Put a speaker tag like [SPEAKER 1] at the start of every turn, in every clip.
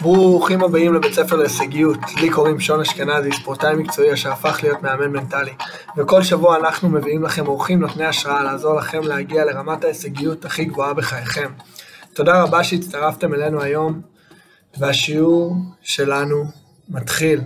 [SPEAKER 1] ברוכים הבאים לבית ספר להישגיות. לי קוראים שון אשכנזי, ספורטאי מקצועי אשר הפך להיות מאמן מנטלי. וכל שבוע אנחנו מביאים לכם אורחים נותני השראה לעזור לכם להגיע לרמת ההישגיות הכי גבוהה בחייכם. תודה רבה שהצטרפתם אלינו היום, והשיעור שלנו מתחיל.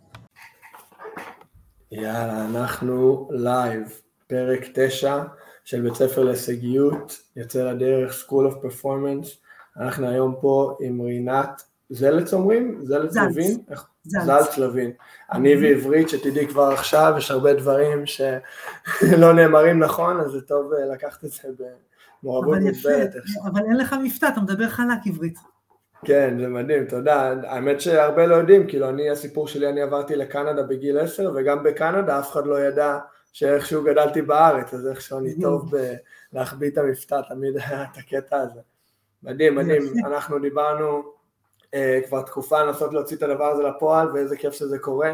[SPEAKER 1] יאללה, אנחנו לייב, פרק 9 של בית ספר להישגיות, יוצא לדרך School of Performance. אנחנו היום פה עם רינת זלץ אומרים? זלץ לוין? זלץ לוין. אני ועברית שתדעי כבר עכשיו, יש הרבה דברים שלא נאמרים נכון, אז זה טוב לקחת את זה במעורבות מוגברת.
[SPEAKER 2] אבל אין לך מבטא, אתה מדבר חלק עברית.
[SPEAKER 1] כן, זה מדהים, תודה. האמת שהרבה לא יודעים, כאילו הסיפור שלי, אני עברתי לקנדה בגיל 10, וגם בקנדה אף אחד לא ידע שאיכשהו גדלתי בארץ, אז איכשהו אני טוב להחביא את המבטא, תמיד היה את הקטע הזה. מדהים, מדהים, אנחנו דיברנו כבר תקופה לנסות להוציא את הדבר הזה לפועל, ואיזה כיף שזה קורה.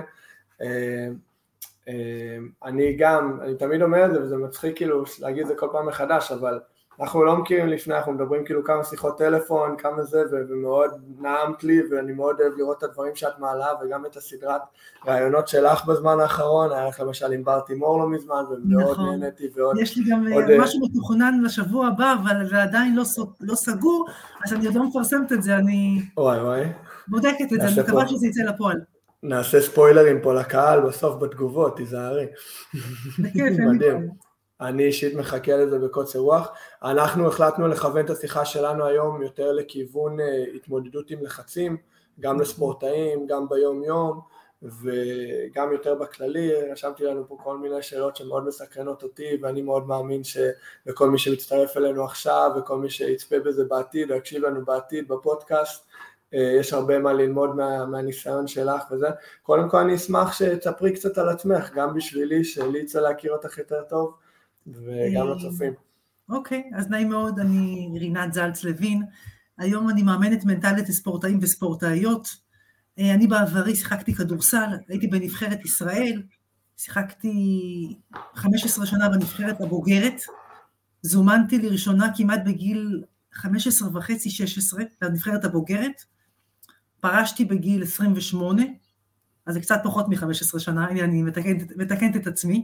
[SPEAKER 1] אני תמיד אומר את זה, וזה מצחיק כאילו להגיד את זה כל פעם מחדש, אבל אנחנו לא מכירים לפני, אנחנו מדברים כאילו כמה שיחות טלפון, כמה זה, ומאוד נעמת לי, ואני מאוד אוהב לראות את הדברים שאת מעלה, וגם את הסדרת רעיונות שלך בזמן האחרון, היה לך למשל עם בר תימור לא מזמן, ומאוד נהניתי, ועוד...
[SPEAKER 2] יש לי גם משהו מתוכנן לשבוע הבא, אבל זה עדיין לא סגור, אז אני עוד לא מפרסמת את זה, אני בודקת את זה, אני מקווה שזה יצא לפועל.
[SPEAKER 1] נעשה ספוילרים פה לקהל, בסוף בתגובות, תיזהרי.
[SPEAKER 2] בכיף,
[SPEAKER 1] מדהים. אני אישית מחכה לזה בקוצר רוח. אנחנו החלטנו לכוון את השיחה שלנו היום יותר לכיוון התמודדות עם לחצים, גם לספורטאים, גם ביום יום, וגם יותר בכללי. רשמתי לנו פה כל מיני שאלות שמאוד מסקרנות אותי, ואני מאוד מאמין שלכל מי שמצטרף אלינו עכשיו, וכל מי שיצפה בזה בעתיד, או יקשיב לנו בעתיד בפודקאסט, יש הרבה מה ללמוד מהניסיון שלך וזה. קודם כל אני אשמח שתספרי קצת על עצמך, גם בשבילי, שלי יצא להכיר אותך יותר טוב, וגם לצופים.
[SPEAKER 2] אוקיי, אז נעים מאוד, אני רינת זלץ לוין, היום אני מאמנת מנטלית לספורטאים וספורטאיות, אני בעברי שיחקתי כדורסל, הייתי בנבחרת ישראל, שיחקתי 15 שנה בנבחרת הבוגרת, זומנתי לראשונה כמעט בגיל 15 וחצי, 16, לנבחרת הבוגרת, פרשתי בגיל 28, אז זה קצת פחות מ-15 שנה, אני מתקנת את עצמי.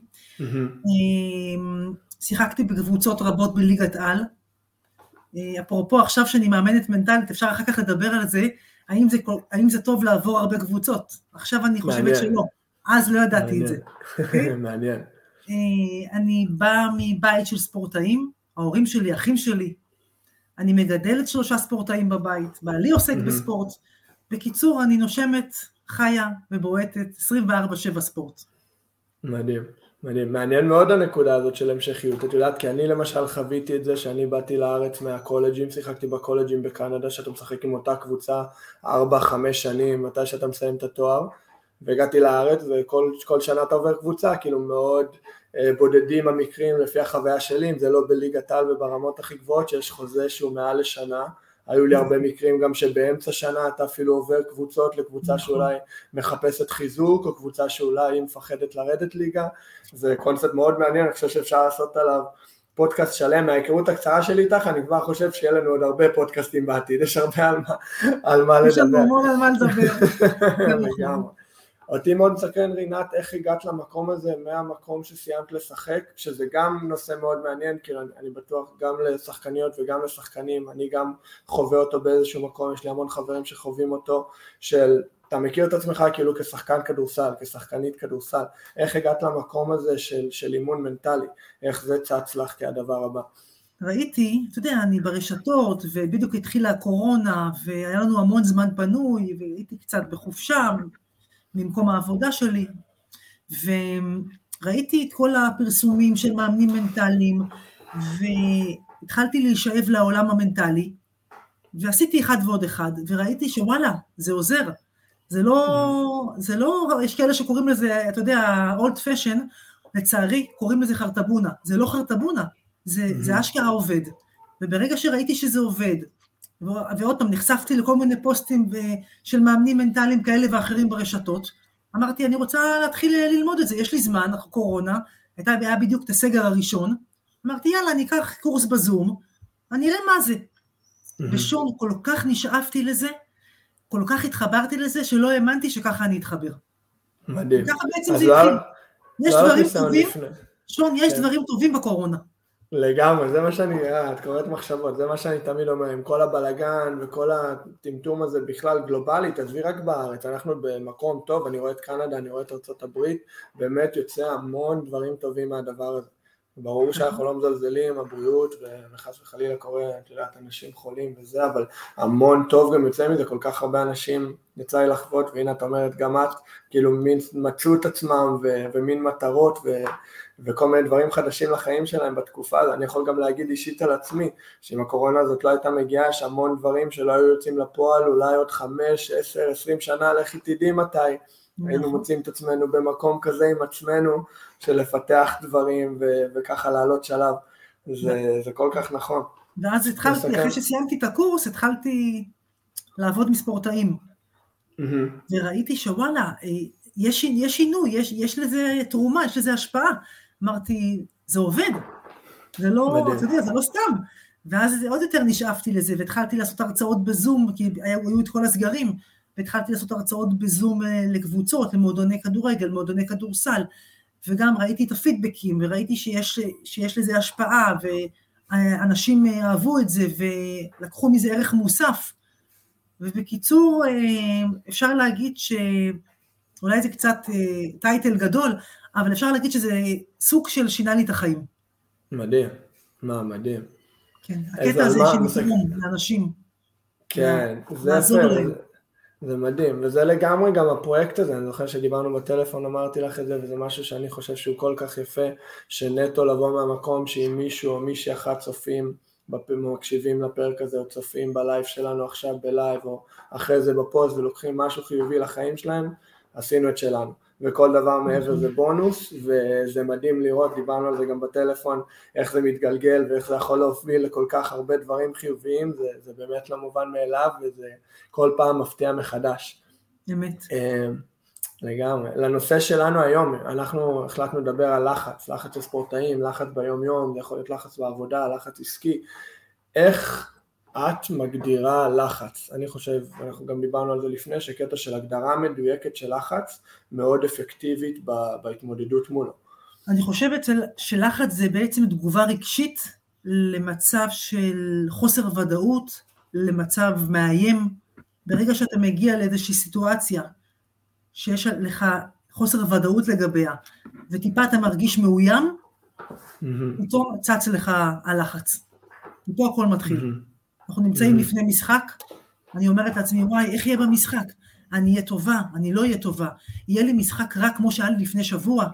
[SPEAKER 2] שיחקתי בקבוצות רבות בליגת על. אפרופו, עכשיו שאני מאמנת מנטלית, אפשר אחר כך לדבר על זה, האם זה טוב לעבור הרבה קבוצות? עכשיו אני חושבת שלא, אז לא ידעתי את זה.
[SPEAKER 1] מעניין.
[SPEAKER 2] אני באה מבית של ספורטאים, ההורים שלי, אחים שלי, אני מגדלת 3 ספורטאים בבית, בעלי עוסק בספורט, בקיצור אני נושמת, חיה ובועטת 24/7 ספורט.
[SPEAKER 1] מדהים, מדהים. מעניין מאוד הנקודה הזאת של המשכיות. את יודעת, כי אני למשל חוויתי את זה שאני באתי לארץ מהקולג'ים, שיחקתי בקולג'ים בקנדה, שאתה משחק עם אותה קבוצה 4-5 שנים, מתי שאתה מסיים את התואר, והגעתי לארץ וכל שנה אתה עובר קבוצה, כאילו מאוד בודדים המקרים לפי החוויה שלי, אם זה לא בליגת על וברמות הכי גבוהות, שיש חוזה שהוא מעל לשנה, היו לי הרבה מקרים גם שבאמצע שנה אתה אפילו עובר קבוצות לקבוצה שאולי מחפשת חיזוק, או קבוצה שאולי מפחדת לרדת ליגה, זה קונספט מאוד מעניין, אני חושב שאפשר לעשות עליו פודקאסט שלם, מההיכרות הקצרה שלי איתך, אני כבר חושב שיהיה לנו עוד הרבה פודקאסטים בעתיד, יש הרבה על מה לדבר.
[SPEAKER 2] יש לנו המון על מה לדבר.
[SPEAKER 1] לגמרי. אותי מאוד מסקרן רינת, איך הגעת למקום הזה, מהמקום שסיימת לשחק, שזה גם נושא מאוד מעניין, כי אני בטוח גם לשחקניות וגם לשחקנים, אני גם חווה אותו באיזשהו מקום, יש לי המון חברים שחווים אותו, אתה מכיר את עצמך כאילו כשחקן כדורסל, כשחקנית כדורסל, איך הגעת למקום הזה של אימון מנטלי, איך זה צץ לך כהדבר הבא?
[SPEAKER 2] ראיתי, אתה יודע, אני ברשתות, ובדיוק התחילה הקורונה, והיה לנו המון זמן פנוי, והייתי קצת בחופשה, ממקום העבודה שלי, וראיתי את כל הפרסומים של מאמנים מנטליים, והתחלתי להישאב לעולם המנטלי, ועשיתי אחד ועוד אחד, וראיתי שוואלה, זה עוזר, זה לא, יש כאלה שקוראים לזה, אתה יודע, old fashion, לצערי קוראים לזה חרטבונה, זה לא חרטבונה, זה אשכרה עובד, וברגע שראיתי שזה עובד, ועוד פעם נחשפתי לכל מיני פוסטים של מאמנים מנטליים כאלה ואחרים ברשתות, אמרתי אני רוצה להתחיל ללמוד את זה, יש לי זמן, קורונה, היה בדיוק את הסגר הראשון, אמרתי יאללה אני אקח קורס בזום, אני אראה מה זה, ושון כל כך נשאפתי לזה, כל כך התחברתי לזה, שלא האמנתי שככה אני אתחבר.
[SPEAKER 1] מדהים.
[SPEAKER 2] וככה בעצם זה התחיל. יש דברים טובים, שון, יש דברים טובים בקורונה.
[SPEAKER 1] לגמרי, זה מה שאני, את קוראת מחשבות, זה מה שאני תמיד אומר, עם כל הבלגן וכל הטמטום הזה בכלל גלובלית, עזבי רק בארץ, אנחנו במקום טוב, אני רואה את קנדה, אני רואה את ארצות הברית, באמת יוצא המון דברים טובים מהדבר הזה. ברור שאנחנו לא מזלזלים, הבריאות, וחס וחלילה קורה, את יודעת, אנשים חולים וזה, אבל המון טוב גם יוצא מזה, כל כך הרבה אנשים יצא לי לחוות, והנה את אומרת גם את, כאילו מין מצאו את עצמם, ומין מטרות, וכל מיני דברים חדשים לחיים שלהם בתקופה הזאת. אני יכול גם להגיד אישית על עצמי, שאם הקורונה הזאת לא הייתה מגיעה, יש המון דברים שלא היו יוצאים לפועל, אולי עוד 5, 10, 20 שנה, לכי תדעי מתי, היינו מוצאים את עצמנו במקום כזה עם עצמנו, של לפתח דברים וככה לעלות שלב, זה כל כך נכון.
[SPEAKER 2] ואז התחלתי, אחרי שסיימתי את הקורס, התחלתי לעבוד מספורטאים, וראיתי שוואלה, יש שינוי, יש לזה תרומה, יש לזה השפעה. אמרתי, זה עובד, זה לא, אתה יודע, זה לא סתם. ואז עוד יותר נשאפתי לזה, והתחלתי לעשות הרצאות בזום, כי היו את כל הסגרים, והתחלתי לעשות הרצאות בזום לקבוצות, למועדוני כדורגל, מועדוני כדורסל, וגם ראיתי את הפידבקים, וראיתי שיש לזה השפעה, ואנשים אהבו את זה, ולקחו מזה ערך מוסף. ובקיצור, אפשר להגיד אולי זה קצת טייטל גדול, אבל אפשר להגיד שזה סוג של שינה לי את החיים.
[SPEAKER 1] מדהים, מדהים.
[SPEAKER 2] כן, הקטע הזה שנתרום לאנשים.
[SPEAKER 1] כן, זה מדהים, וזה לגמרי גם הפרויקט הזה, אני זוכר שדיברנו בטלפון, אמרתי לך את זה, וזה משהו שאני חושב שהוא כל כך יפה, שנטו לבוא מהמקום שאם מישהו או מישהי אחת צופים, מקשיבים לפרק הזה, או צופים בלייב שלנו עכשיו בלייב, או אחרי זה בפוסט, ולוקחים משהו חיובי לחיים שלהם, עשינו את שלנו, וכל דבר מעבר זה בונוס, וזה מדהים לראות, דיברנו על זה גם בטלפון, איך זה מתגלגל, ואיך זה יכול להוביל לכל כך הרבה דברים חיוביים, זה באמת לא מובן מאליו, וזה כל פעם מפתיע מחדש.
[SPEAKER 2] אמת.
[SPEAKER 1] לגמרי. לנושא שלנו היום, אנחנו החלטנו לדבר על לחץ, לחץ הספורטאים, לחץ ביום יום, זה יכול להיות לחץ בעבודה, לחץ עסקי. איך את מגדירה לחץ? אני חושב, אנחנו גם דיברנו על זה לפני, שקטע של הגדרה מדויקת של לחץ, מאוד אפקטיבית בהתמודדות מולו.
[SPEAKER 2] אני חושבת שלחץ זה בעצם תגובה רגשית למצב של חוסר ודאות, למצב מאיים. ברגע שאתה מגיע לאיזושהי סיטואציה, שיש לך חוסר ודאות לגביה, וטיפה אתה מרגיש מאוים, פתאום צץ לך הלחץ. ופה הכל מתחיל. אנחנו נמצאים לפני משחק, אני אומרת לעצמי, וואי, איך יהיה במשחק? אני אהיה טובה, אני לא אהיה טובה. יהיה לי משחק רק כמו שהיה לי לפני שבוע,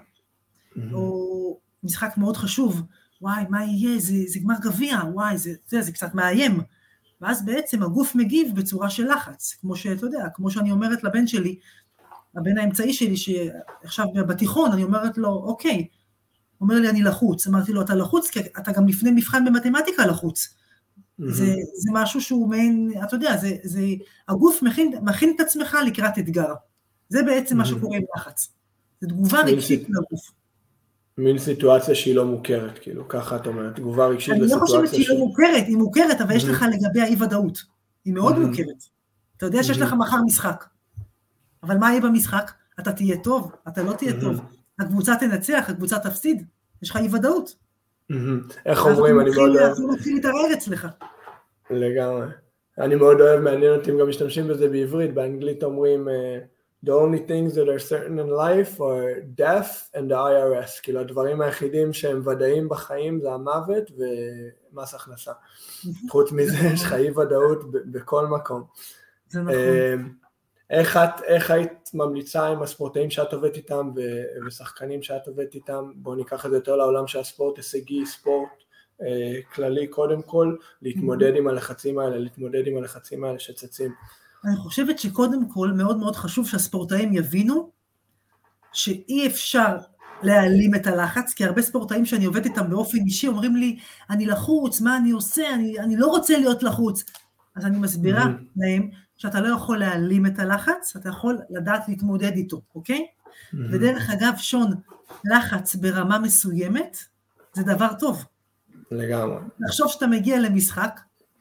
[SPEAKER 2] או משחק מאוד חשוב, וואי, מה יהיה? זה גמר גביע, וואי, זה קצת מאיים. ואז בעצם הגוף מגיב בצורה של לחץ, כמו שאתה יודע, כמו שאני אומרת לבן שלי, הבן האמצעי שלי, שעכשיו בתיכון, אני אומרת לו, אוקיי, אומר לי, אני לחוץ. אמרתי לו, אתה לחוץ, כי אתה גם לפני מבחן במתמטיקה לחוץ. זה משהו שהוא מעין, אתה יודע, הגוף מכין את עצמך לקראת אתגר. זה בעצם מה שקורה עם לחץ. זה תגובה רגשית לגוף.
[SPEAKER 1] מין סיטואציה שהיא לא מוכרת, כאילו, ככה את אומרת, תגובה רגשית
[SPEAKER 2] לסיטואציה. אני לא חושבת שהיא לא מוכרת, היא מוכרת, אבל יש לך לגבי האי ודאות. היא מאוד מוכרת. אתה יודע שיש לך מחר משחק. אבל מה יהיה במשחק? אתה תהיה טוב, אתה לא תהיה טוב. הקבוצה תנצח, הקבוצה תפסיד. יש לך אי ודאות.
[SPEAKER 1] איך אומרים, אני מאוד אוהב.
[SPEAKER 2] אנחנו מתחיל להתערער אצלך.
[SPEAKER 1] לגמרי. אני מאוד אוהב, מעניין אותי, אם גם משתמשים בזה בעברית, באנגלית אומרים, the only things that are certain in life are death and the IRS, כאילו הדברים היחידים שהם ודאים בחיים זה המוות ומס הכנסה. חוץ מזה יש לך אי ודאות בכל מקום.
[SPEAKER 2] זה נכון.
[SPEAKER 1] איך היית ממליצה עם הספורטאים שאת עובדת איתם ושחקנים שאת עובדת איתם, בואו ניקח את זה יותר לעולם של הספורט הישגי, ספורט כללי קודם כל, להתמודד עם הלחצים האלה שצצים.
[SPEAKER 2] אני חושבת שקודם כל מאוד מאוד חשוב שהספורטאים יבינו שאי אפשר להעלים את הלחץ, כי הרבה ספורטאים שאני עובדת איתם באופן אישי אומרים לי, אני לחוץ, מה אני עושה, אני לא רוצה להיות לחוץ. אז אני מסבירה להם שאתה לא יכול להעלים את הלחץ, אתה יכול לדעת להתמודד איתו, אוקיי? ודרך אגב, שון, לחץ ברמה מסוימת, זה דבר טוב.
[SPEAKER 1] לגמרי.
[SPEAKER 2] לחשוב שאתה מגיע למשחק,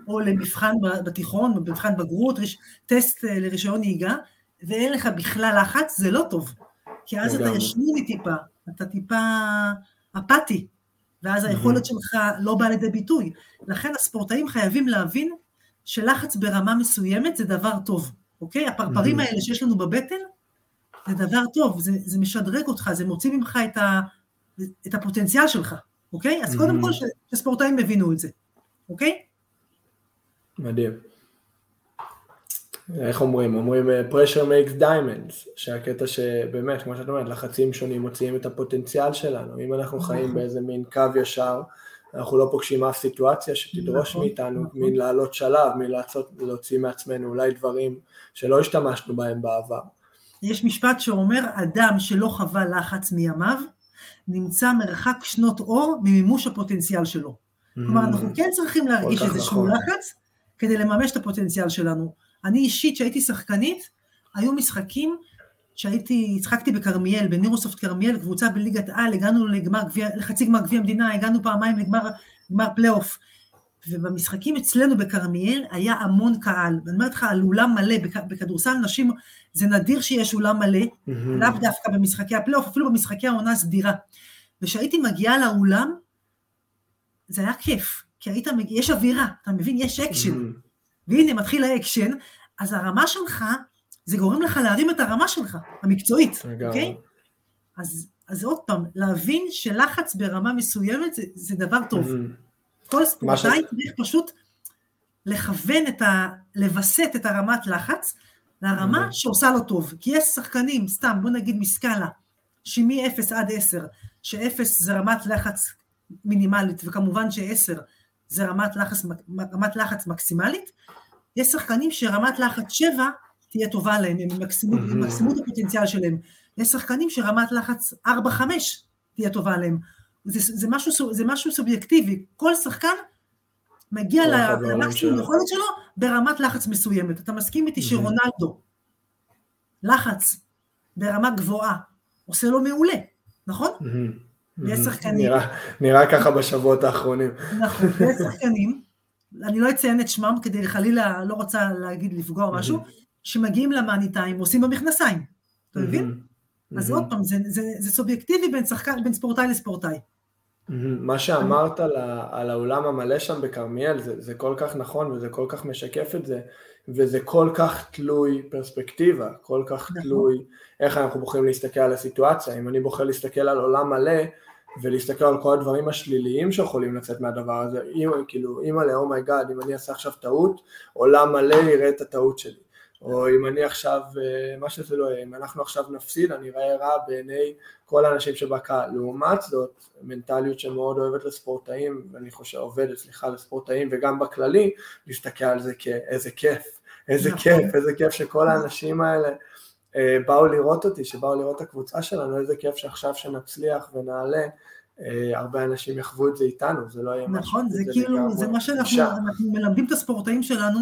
[SPEAKER 2] או למבחן בתיכון, במבחן בגרות, טסט לרישיון נהיגה, ואין לך בכלל לחץ, זה לא טוב. כי אז אתה ישמיני טיפה, אתה טיפה אפתי, ואז היכולת שלך לא באה לידי ביטוי. לכן הספורטאים חייבים להבין שלחץ ברמה מסוימת זה דבר טוב, אוקיי? הפרפרים האלה שיש לנו בבטן, זה דבר טוב, זה משדרג אותך, זה מוציא ממך את הפוטנציאל שלך, אוקיי? אז קודם כל שספורטאים הבינו את זה, אוקיי?
[SPEAKER 1] מדהים. איך אומרים? אומרים pressure makes diamonds, שהקטע שבאמת, כמו שאת אומרת, לחצים שונים מוציאים את הפוטנציאל שלנו. אם אנחנו חיים באיזה מין קו ישר, אנחנו לא פוגשים אף סיטואציה שתדרוש מאיתנו, מין לעלות שלב, מין להוציא מעצמנו אולי דברים שלא השתמשנו בהם בעבר.
[SPEAKER 2] יש משפט שאומר, אדם שלא חווה לחץ מימיו, נמצא מרחק שנות אור ממימוש הפוטנציאל שלו. כלומר, אנחנו כן צריכים להרגיש איזשהו לחץ, כדי לממש את הפוטנציאל שלנו. אני אישית, שהייתי שחקנית, היו משחקים שצחקתי בקרמיאל, בנירוסופט קרמיאל, קבוצה בליגת על, הגענו לחצי גמר גביע המדינה, הגענו פעמיים לגמר פלייאוף, ובמשחקים אצלנו בקרמיאל היה המון קהל, ואני אומרת לך, על אולם מלא, בכדורסל נשים, זה נדיר שיש אולם מלא, לאו דווקא במשחקי הפלייאוף, אפילו במשחקי העונה סדירה, ושהייתי מגיעה לאולם, זה היה כיף, כי יש אווירה, אתה מבין, יש אקשן, והנה מתחיל האקשן, אז הרמה שלך, זה גורם לך להרים את הרמה שלך, המקצועית, אוקיי? אז עוד פעם, להבין שלחץ ברמה מסוימת זה דבר טוב. כל ספורטאי צריך פשוט לכוון לבסט את הרמת לחץ, לרמה שעושה לו טוב. כי יש שחקנים, סתם, בוא נגיד מסקאלה, שמ-0 עד 10, ש-0 זה רמת לחץ מינימלית, וכמובן ש-10 זה רמת לחץ מקסימלית, יש שחקנים שרמת לחץ 7 תהיה טובה להם, הם מקסימו את הפוטנציאל שלהם. יש שחקנים שרמת לחץ 4-5 תהיה טובה להם. זה משהו סובייקטיבי. כל שחקן מגיע למקסימום יכולת שלו ברמת לחץ מסוימת. אתה מסכים איתי שרונלדו, לחץ ברמה גבוהה, עושה לו מעולה, נכון? ויש שחקנים.
[SPEAKER 1] נראה ככה בשבועות האחרונים.
[SPEAKER 2] נכון, ויש שחקנים, אני לא אציין את שמם כדי חלילה, לא רוצה להגיד לפגוע משהו, שמגיעים למאניטיים, עושים במכנסיים, אתה מבין? אז עוד פעם, זה סובייקטיבי בין ספורטאי לספורטאי.
[SPEAKER 1] מה שאמרת על האולם המלא שם בקרמיאל, זה כל כך נכון, וזה כל כך משקף את זה, וזה כל כך תלוי פרספקטיבה, כל כך תלוי איך אנחנו בוחרים להסתכל על הסיטואציה. אם אני בוחר להסתכל על עולם מלא, ולהסתכל על כל הדברים השליליים שיכולים לצאת מהדבר הזה, כאילו, אומייגאד, אם אני אעשה עכשיו טעות, עולם מלא יראה את הטעות שלי. או אם אני עכשיו, מה שזה לא יהיה, אם אנחנו עכשיו נפסיד, אני אראה רע בעיני כל האנשים שבקהל. לעומת זאת, מנטליות שמאוד אוהבת לספורטאים, ואני חושב, לספורטאים, וגם בכללי, להסתכל על זה כאיזה כיף, איזה כיף שכל האנשים האלה באו לראות אותי, שבאו לראות את הקבוצה שלנו, איזה כיף שעכשיו שנצליח ונעלה, הרבה אנשים יחוו את זה איתנו, זה לא יהיה משהו.
[SPEAKER 2] נכון, זה כאילו, זה מה שאנחנו מלמדים את הספורטאים שלנו,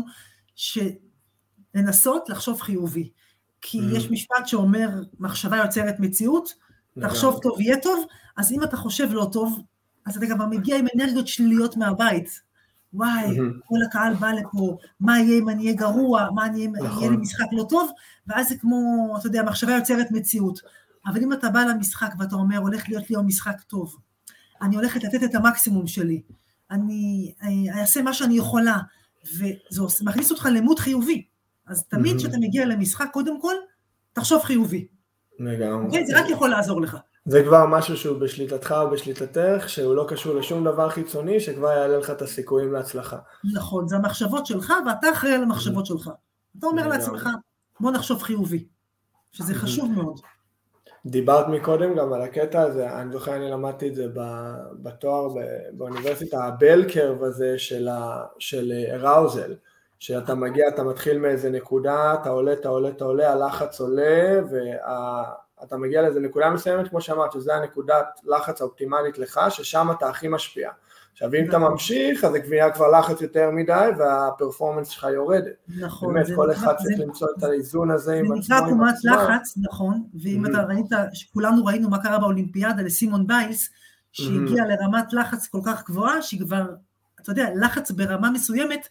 [SPEAKER 2] לנסות לחשוב חיובי, כי יש משפט שאומר, מחשבה יוצרת מציאות, תחשוב טוב יהיה טוב, אז אם אתה חושב לא טוב, אז אתה גם מגיע עם אנרגיות שליליות מהבית, וואי, כל הקהל בא לפה, מה יהיה אם אני אהיה גרוע, מה יהיה לי משחק לא טוב, ואז זה כמו, אתה יודע, מחשבה יוצרת מציאות, אבל אם אתה בא למשחק ואתה אומר, הולך להיות לי יום משחק טוב, אני הולכת לתת את המקסימום שלי, אני אעשה מה שאני יכולה, וזה מכניס אותך למוד חיובי, אז תמיד שאתה מגיע למשחק, קודם כל, תחשוב חיובי.
[SPEAKER 1] לגמרי.
[SPEAKER 2] זה רק יכול לעזור לך.
[SPEAKER 1] זה כבר משהו שהוא בשליטתך או בשליטתך, שהוא לא קשור לשום דבר חיצוני, שכבר יעלה לך את הסיכויים להצלחה.
[SPEAKER 2] נכון, זה המחשבות שלך, ואתה אחראי על המחשבות שלך. אתה אומר לעצמך, בוא נחשוב חיובי, שזה חשוב מאוד.
[SPEAKER 1] דיברת מקודם גם על הקטע הזה, אני זוכר, אני למדתי את זה בתואר באוניברסיטה, הבלקרב הזה של ראוזל, שאתה מגיע, אתה מתחיל מאיזה נקודה, אתה עולה, הלחץ עולה, ואתה מגיע לאיזה נקודה מסוימת, כמו שאמרת, שזה הנקודת לחץ האופטימלית לך, ששם אתה הכי משפיע. עכשיו, אם אתה ממשיך, אז זה כבר לחץ יותר מדי, והפרפורמנס שלך יורדת.
[SPEAKER 2] נכון.
[SPEAKER 1] באמת, כל אחד צריך למצוא את האיזון הזה עם עצמו.
[SPEAKER 2] זה נקרא עקומת לחץ, נכון, ואם אתה ראית, שכולנו ראינו מה קרה באולימפיאדה לסימון ביילס, שהגיע לרמת לחץ כל כך גבוהה, שהיא כבר, אתה יודע, לחץ ברמה מסוימת,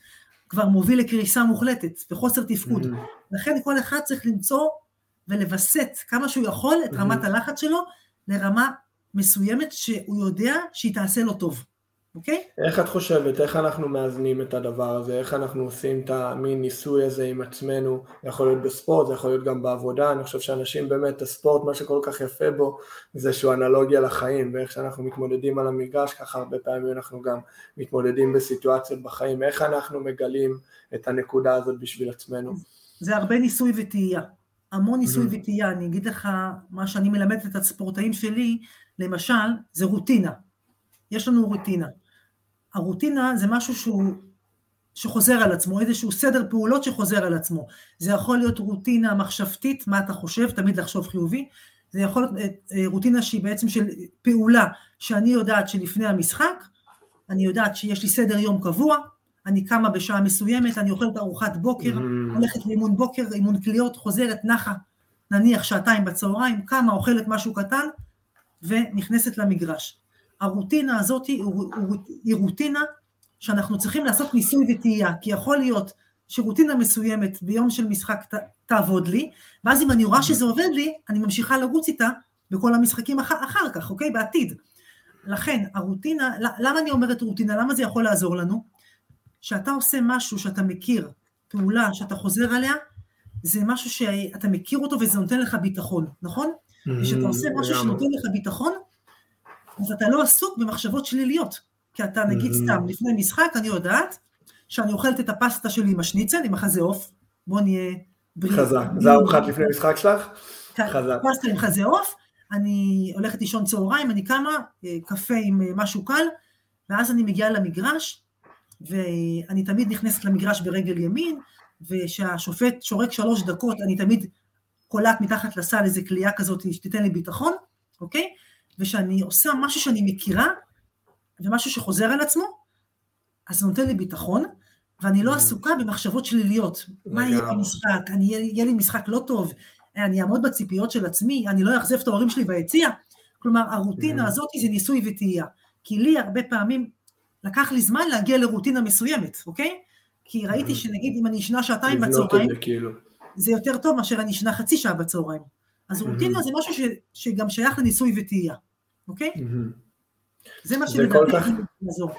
[SPEAKER 2] כבר מוביל לקריסה מוחלטת וחוסר תפקוד. לכן כל אחד צריך למצוא ולווסת כמה שהוא יכול את רמת הלחץ שלו לרמה מסוימת שהוא יודע שהיא תעשה לו טוב. אוקיי?
[SPEAKER 1] איך את חושבת, איך אנחנו מאזנים את הדבר הזה, איך אנחנו עושים את המין ניסוי הזה עם עצמנו, זה יכול להיות בספורט, זה יכול להיות גם בעבודה, אני חושב שאנשים באמת, הספורט, מה שכל כך יפה בו, זה שהוא אנלוגיה לחיים, ואיך שאנחנו מתמודדים על המגרש, ככה הרבה פעמים אנחנו גם מתמודדים בסיטואציות בחיים, איך אנחנו מגלים את הנקודה הזאת בשביל עצמנו.
[SPEAKER 2] זה הרבה ניסוי וטעייה, המון ניסוי וטעייה, אני אגיד לך, מה שאני מלמדת את הספורטאים שלי, למשל, זה רוטינה, יש לנו רוטינה. הרוטינה זה משהו שחוזר על עצמו, איזשהו סדר פעולות שחוזר על עצמו. זה יכול להיות רוטינה מחשבתית, מה אתה חושב, תמיד לחשוב חיובי. זה יכול להיות רוטינה שהיא בעצם של פעולה, שאני יודעת שלפני המשחק, אני יודעת שיש לי סדר יום קבוע, אני קמה בשעה מסוימת, אני אוכלת ארוחת בוקר, הולכת לאימון בוקר, אימון קליות, חוזרת נחה, נניח 2 בצהריים, קמה, אוכלת משהו קטן, ונכנסת למגרש. הרוטינה הזאת היא רוטינה שאנחנו צריכים לעשות ניסוי וטעייה, כי יכול להיות שרוטינה מסוימת ביום של משחק תעבוד לי, ואז אם אני רואה שזה עובד לי, אני ממשיכה לרוץ איתה בכל המשחקים אחר כך, אוקיי? בעתיד. לכן, הרוטינה, למה אני אומרת רוטינה? למה זה יכול לעזור לנו? שאתה עושה משהו שאתה מכיר, פעולה שאתה חוזר עליה, זה משהו שאתה מכיר אותו וזה נותן לך ביטחון, נכון? ושאתה עושה משהו שנותן לך ביטחון, אז אתה לא עסוק במחשבות שליליות, כי אתה נגיד סתם, לפני משחק אני יודעת שאני אוכלת את הפסטה שלי עם השניצל, עם חזה עוף, בוא נהיה בריאים.
[SPEAKER 1] חזק, זה ארוחת לפני משחק שלך?
[SPEAKER 2] חזק. פסטה עם חזה עוף, אני הולכת לישון צהריים, אני קמה, קפה עם משהו קל, ואז אני מגיעה למגרש, ואני תמיד נכנסת למגרש ברגל ימין, ושהשופט שורק 3 דקות, אני תמיד קולט מתחת לסל איזה קלייה כזאת שתיתן לי ביטחון, אוקיי? ושאני עושה משהו שאני מכירה, ומשהו שחוזר על עצמו, אז זה נותן לי ביטחון, ואני לא עסוקה במחשבות שליליות. מה יהיה במשחק? יהיה לי משחק לא טוב, אני אעמוד בציפיות של עצמי, אני לא אאכזב את ההורים שלי ביציע. כלומר, הרוטינה הזאת זה ניסוי וטעייה. כי לי הרבה פעמים לקח לי זמן להגיע לרוטינה מסוימת, אוקיי? כי ראיתי שנגיד אם אני אשנה 2 בצהריים, זה יותר טוב מאשר אני אשנה חצי שעה בצהריים. אז רוטינה זה משהו שגם שייך לניסוי וטעייה, אוקיי? זה מה שלדעתי לעזור.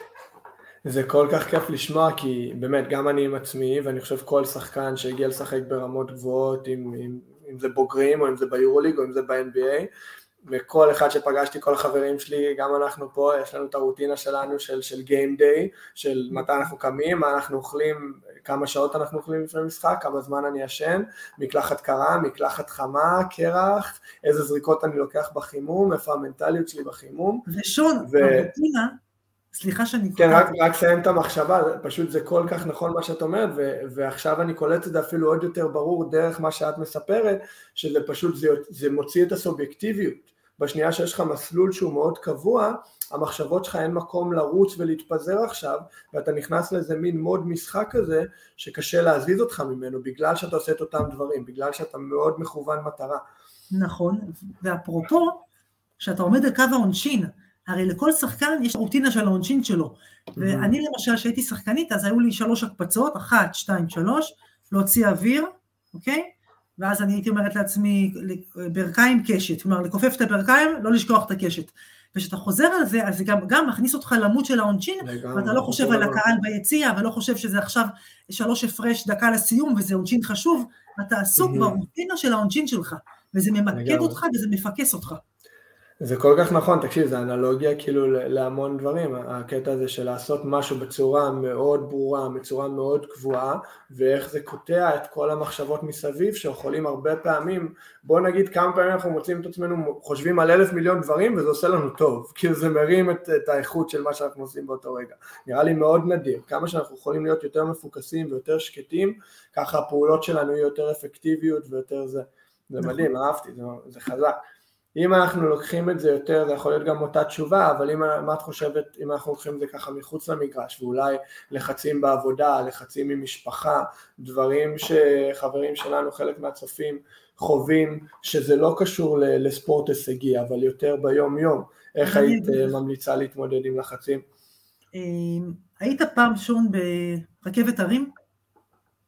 [SPEAKER 1] זה כל כך כיף לשמוע, כי באמת גם אני עם עצמי, ואני חושב כל שחקן שהגיע לשחק ברמות גבוהות, אם זה בוגרים, או אם זה ביורוליג, או אם זה ב-NBA, וכל אחד שפגשתי, כל החברים שלי, גם אנחנו פה, יש לנו את הרוטינה שלנו של Game Day, של מתי אנחנו קמים, מה אנחנו אוכלים, כמה שעות אנחנו אוכלים לפני משחק, כמה זמן אני ישן, מקלחת קרה, מקלחת חמה, קרח, איזה זריקות אני לוקח בחימום, איפה המנטליות שלי בחימום.
[SPEAKER 2] ושון, הרוטינה, סליחה שאני...
[SPEAKER 1] כן, רק סיים את המחשבה, פשוט זה כל כך נכון מה שאת אומרת, ועכשיו אני קולט את זה אפילו עוד יותר ברור דרך מה שאת מספרת, שזה פשוט, זה מוציא את הסובייקטיביות. בשנייה שיש לך מסלול שהוא מאוד קבוע, המחשבות שלך אין מקום לרוץ ולהתפזר עכשיו, ואתה נכנס לאיזה מין מוד משחק כזה, שקשה להזיז אותך ממנו, בגלל שאתה עושה את אותם דברים, בגלל שאתה מאוד מכוון מטרה.
[SPEAKER 2] נכון, ואפרופו, שאתה עומד על קו העונשין, הרי לכל שחקן יש רוטינה של העונשין שלו, ואני למשל שהייתי שחקנית, אז היו לי 3 הקפצות, 1, 2, 3, להוציא אוויר, אוקיי? ואז אני הייתי אומרת לעצמי, ברכיים קשת, כלומר, לכופף את הברכיים, לא לשכוח את הקשת. וכשאתה חוזר על זה, אז זה גם מכניס אותך למות של העונשין, ואתה לא חושב על הקהל ביציע, ולא חושב שזה עכשיו 3 הפרש דקה לסיום, וזה עונשין חשוב, אתה עסוק ברוטינה של העונשין שלך, וזה ממקד אותך וזה מפקס אותך.
[SPEAKER 1] זה כל כך נכון, תקשיב, זה אנלוגיה כאילו להמון דברים, הקטע הזה של לעשות משהו בצורה מאוד ברורה, בצורה מאוד קבועה, ואיך זה קוטע את כל המחשבות מסביב, שיכולים הרבה פעמים, בוא נגיד כמה פעמים אנחנו מוצאים את עצמנו, חושבים על 1,000 מיליון דברים, וזה עושה לנו טוב, כאילו זה מרים את האיכות של מה שאנחנו עושים באותו רגע. נראה לי מאוד נדיר, כמה שאנחנו יכולים להיות יותר מפוקסים ויותר שקטים, ככה הפעולות שלנו יהיו יותר אפקטיביות ויותר זה מדהים, אהבתי, זה חזק. אם אנחנו לוקחים את זה יותר, זה יכול להיות גם אותה תשובה, אבל מה את חושבת, אם אנחנו לוקחים את זה ככה מחוץ למגרש, ואולי לחצים בעבודה, לחצים ממשפחה, דברים שחברים שלנו, חלק מהצופים, חווים, שזה לא קשור לספורט הישגי, אבל יותר ביום יום, איך היית ממליצה להתמודד עם לחצים?
[SPEAKER 2] היית פעם שון ברכבת הרים?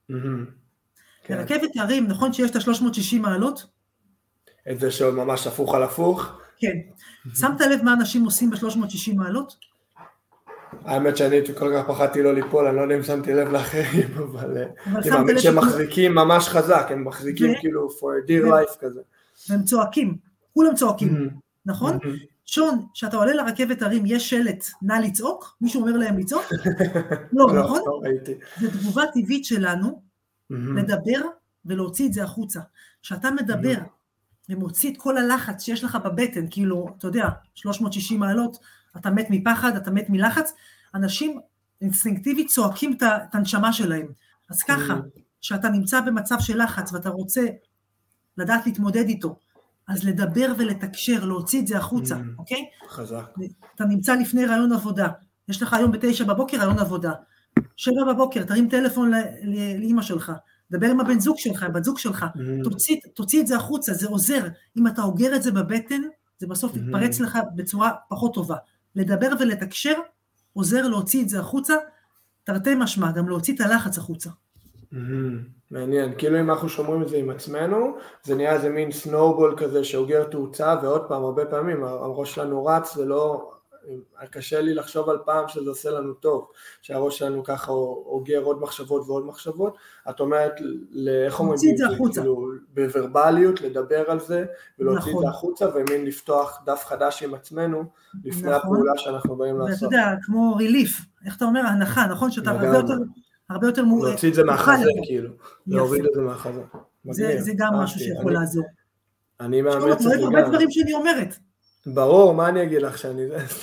[SPEAKER 2] ברכבת הרים, נכון שיש את ה-360 מעלות?
[SPEAKER 1] את זה שעוד ממש הפוך על הפוך?
[SPEAKER 2] כן. שמת לב מה אנשים עושים ב-360 מעלות?
[SPEAKER 1] האמת שאני כל כך פחדתי לא ליפול, אני לא יודע אם שמתי לב לאחרים, אבל אני מאמין
[SPEAKER 2] לב
[SPEAKER 1] שהם מחזיקים ממש חזק, הם מחזיקים כאילו for a dear life כזה.
[SPEAKER 2] והם צועקים, כולם צועקים, נכון? שון, שאתה עולה לרכבת הרים, יש שלט, נא לצעוק? מישהו אומר להם לצעוק? לא, נכון?
[SPEAKER 1] לא ראיתי.
[SPEAKER 2] זו תגובה טבעית שלנו, לדבר ולהוציא את זה החוצה. כשאתה מדבר ומוציא את כל הלחץ שיש לך בבטן, כאילו, אתה יודע, 360 מעלות, אתה מת מפחד, אתה מת מלחץ, אנשים אינסטינקטיבית צועקים את הנשמה שלהם. אז ככה, שאתה נמצא במצב של לחץ ואתה רוצה לדעת להתמודד איתו, אז לדבר ולתקשר, להוציא את זה החוצה, אוקיי?
[SPEAKER 1] חזק.
[SPEAKER 2] אתה נמצא לפני רעיון עבודה, יש לך היום ב9 בבוקר רעיון עבודה, 7 בבוקר, תרים טלפון לאמא שלך, דבר עם הבן זוג שלך, בת זוג שלך, תוציא את זה החוצה, זה עוזר, אם אתה אוגר את זה בבטן, זה בסוף יתפרץ לך בצורה פחות טובה, לדבר ולתקשר, עוזר להוציא את זה החוצה, תרתי משמע, גם להוציא את הלחץ החוצה.
[SPEAKER 1] מעניין, כאילו אם אנחנו שומרים את זה עם עצמנו, זה נהיה איזה מין סנובול כזה שאוגר תאוצה, ועוד פעם, הרבה פעמים, הראש שלנו רץ, זה לא, קשה לי לחשוב על פעם שזה עושה לנו טוב, שהראש שלנו ככה אוגר עוד מחשבות ועוד מחשבות, את אומרת, איך אומרים, כאילו, בוורבליות, לדבר על זה, ולהוציא את זה החוצה, ומין לפתוח דף חדש עם עצמנו, לפני הפעולה שאנחנו באים לעשות.
[SPEAKER 2] ואתה יודע, כמו ריליף, איך אתה אומר, הנחה, נכון? שאתה הרבה יותר
[SPEAKER 1] להוציא את זה מהחזה, כאילו, להוריד את זה מהחזה.
[SPEAKER 2] זה גם משהו שיכול לעזור.
[SPEAKER 1] אני מאמץ את זה גם.
[SPEAKER 2] הרבה דברים שאני אומרת.
[SPEAKER 1] ברור, מה אני אגיד לך שאני...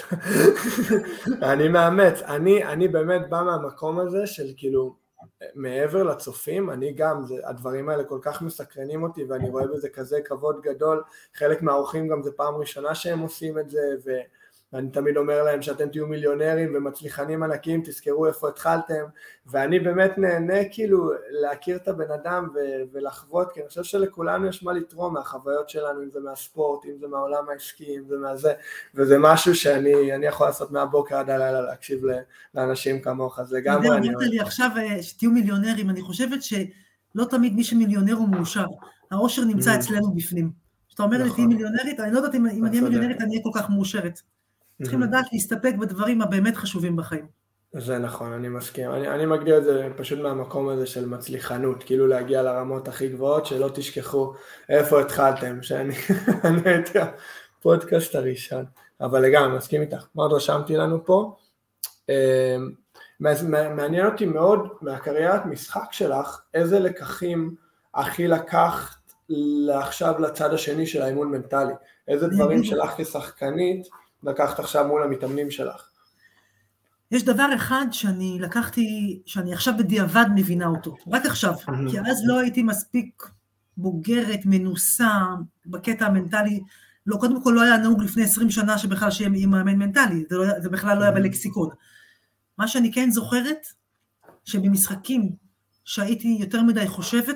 [SPEAKER 1] אני מאמץ, אני באמת בא מהמקום הזה של כאילו, מעבר לצופים, אני גם, הדברים האלה כל כך מסקרנים אותי, ואני רואה בזה כזה כבוד גדול, חלק מהאורחים גם זה פעם ראשונה שהם עושים את זה, ואני תמיד אומר להם שאתם תהיו מיליונרים ומצליחנים ענקים, תזכרו איפה התחלתם, ואני באמת נהנה כאילו להכיר את הבן אדם ולחוות, כי אני חושב שלכולנו יש מה לתרום מהחוויות שלנו, אם זה מהספורט, אם זה מהעולם העסקי, אם זה מהזה, וזה משהו שאני יכול לעשות מהבוקר עד הלילה, להקשיב לאנשים כמוך, אז לגמרי אני
[SPEAKER 2] אמרת לי עכשיו שתהיו מיליונרים, אני חושבת שלא תמיד מי שמיליונר הוא מאושר, העושר נמצא אצלנו בפנים. כשאתה אומר לי תהי מיליונרית, אני לא יודעת אם אני אהיה מיליונרית, אני אהיה כל כך מאושרת. צריכים לדעת להסתפק בדברים הבאמת חשובים בחיים.
[SPEAKER 1] זה נכון, אני מסכים. אני מגדיר את זה פשוט מהמקום הזה של מצליחנות, כאילו להגיע לרמות הכי גבוהות, שלא תשכחו איפה התחלתם, שאני הייתי הפודקאסט הראשון, אבל לגמרי, מסכים איתך. מה עוד רשמתי לנו פה? מעניין אותי מאוד מהקריירת משחק שלך, איזה לקחים הכי לקחת עכשיו לצד השני של האימון מנטלי? איזה דברים שלך כשחקנית לקחת עכשיו מול המתאמנים שלך?
[SPEAKER 2] יש דבר אחד שאני לקחתי, שאני עכשיו בדיעבד מבינה אותו, רק עכשיו, כי אז לא הייתי מספיק בוגרת, מנוסה, בקטע המנטלי, לא, קודם כל לא היה נהוג לפני 20 שנה שבכלל שיהיה מאמן מנטלי, זה בכלל לא היה בלקסיקון. מה שאני כן זוכרת, שבמשחקים שהייתי יותר מדי חושבת,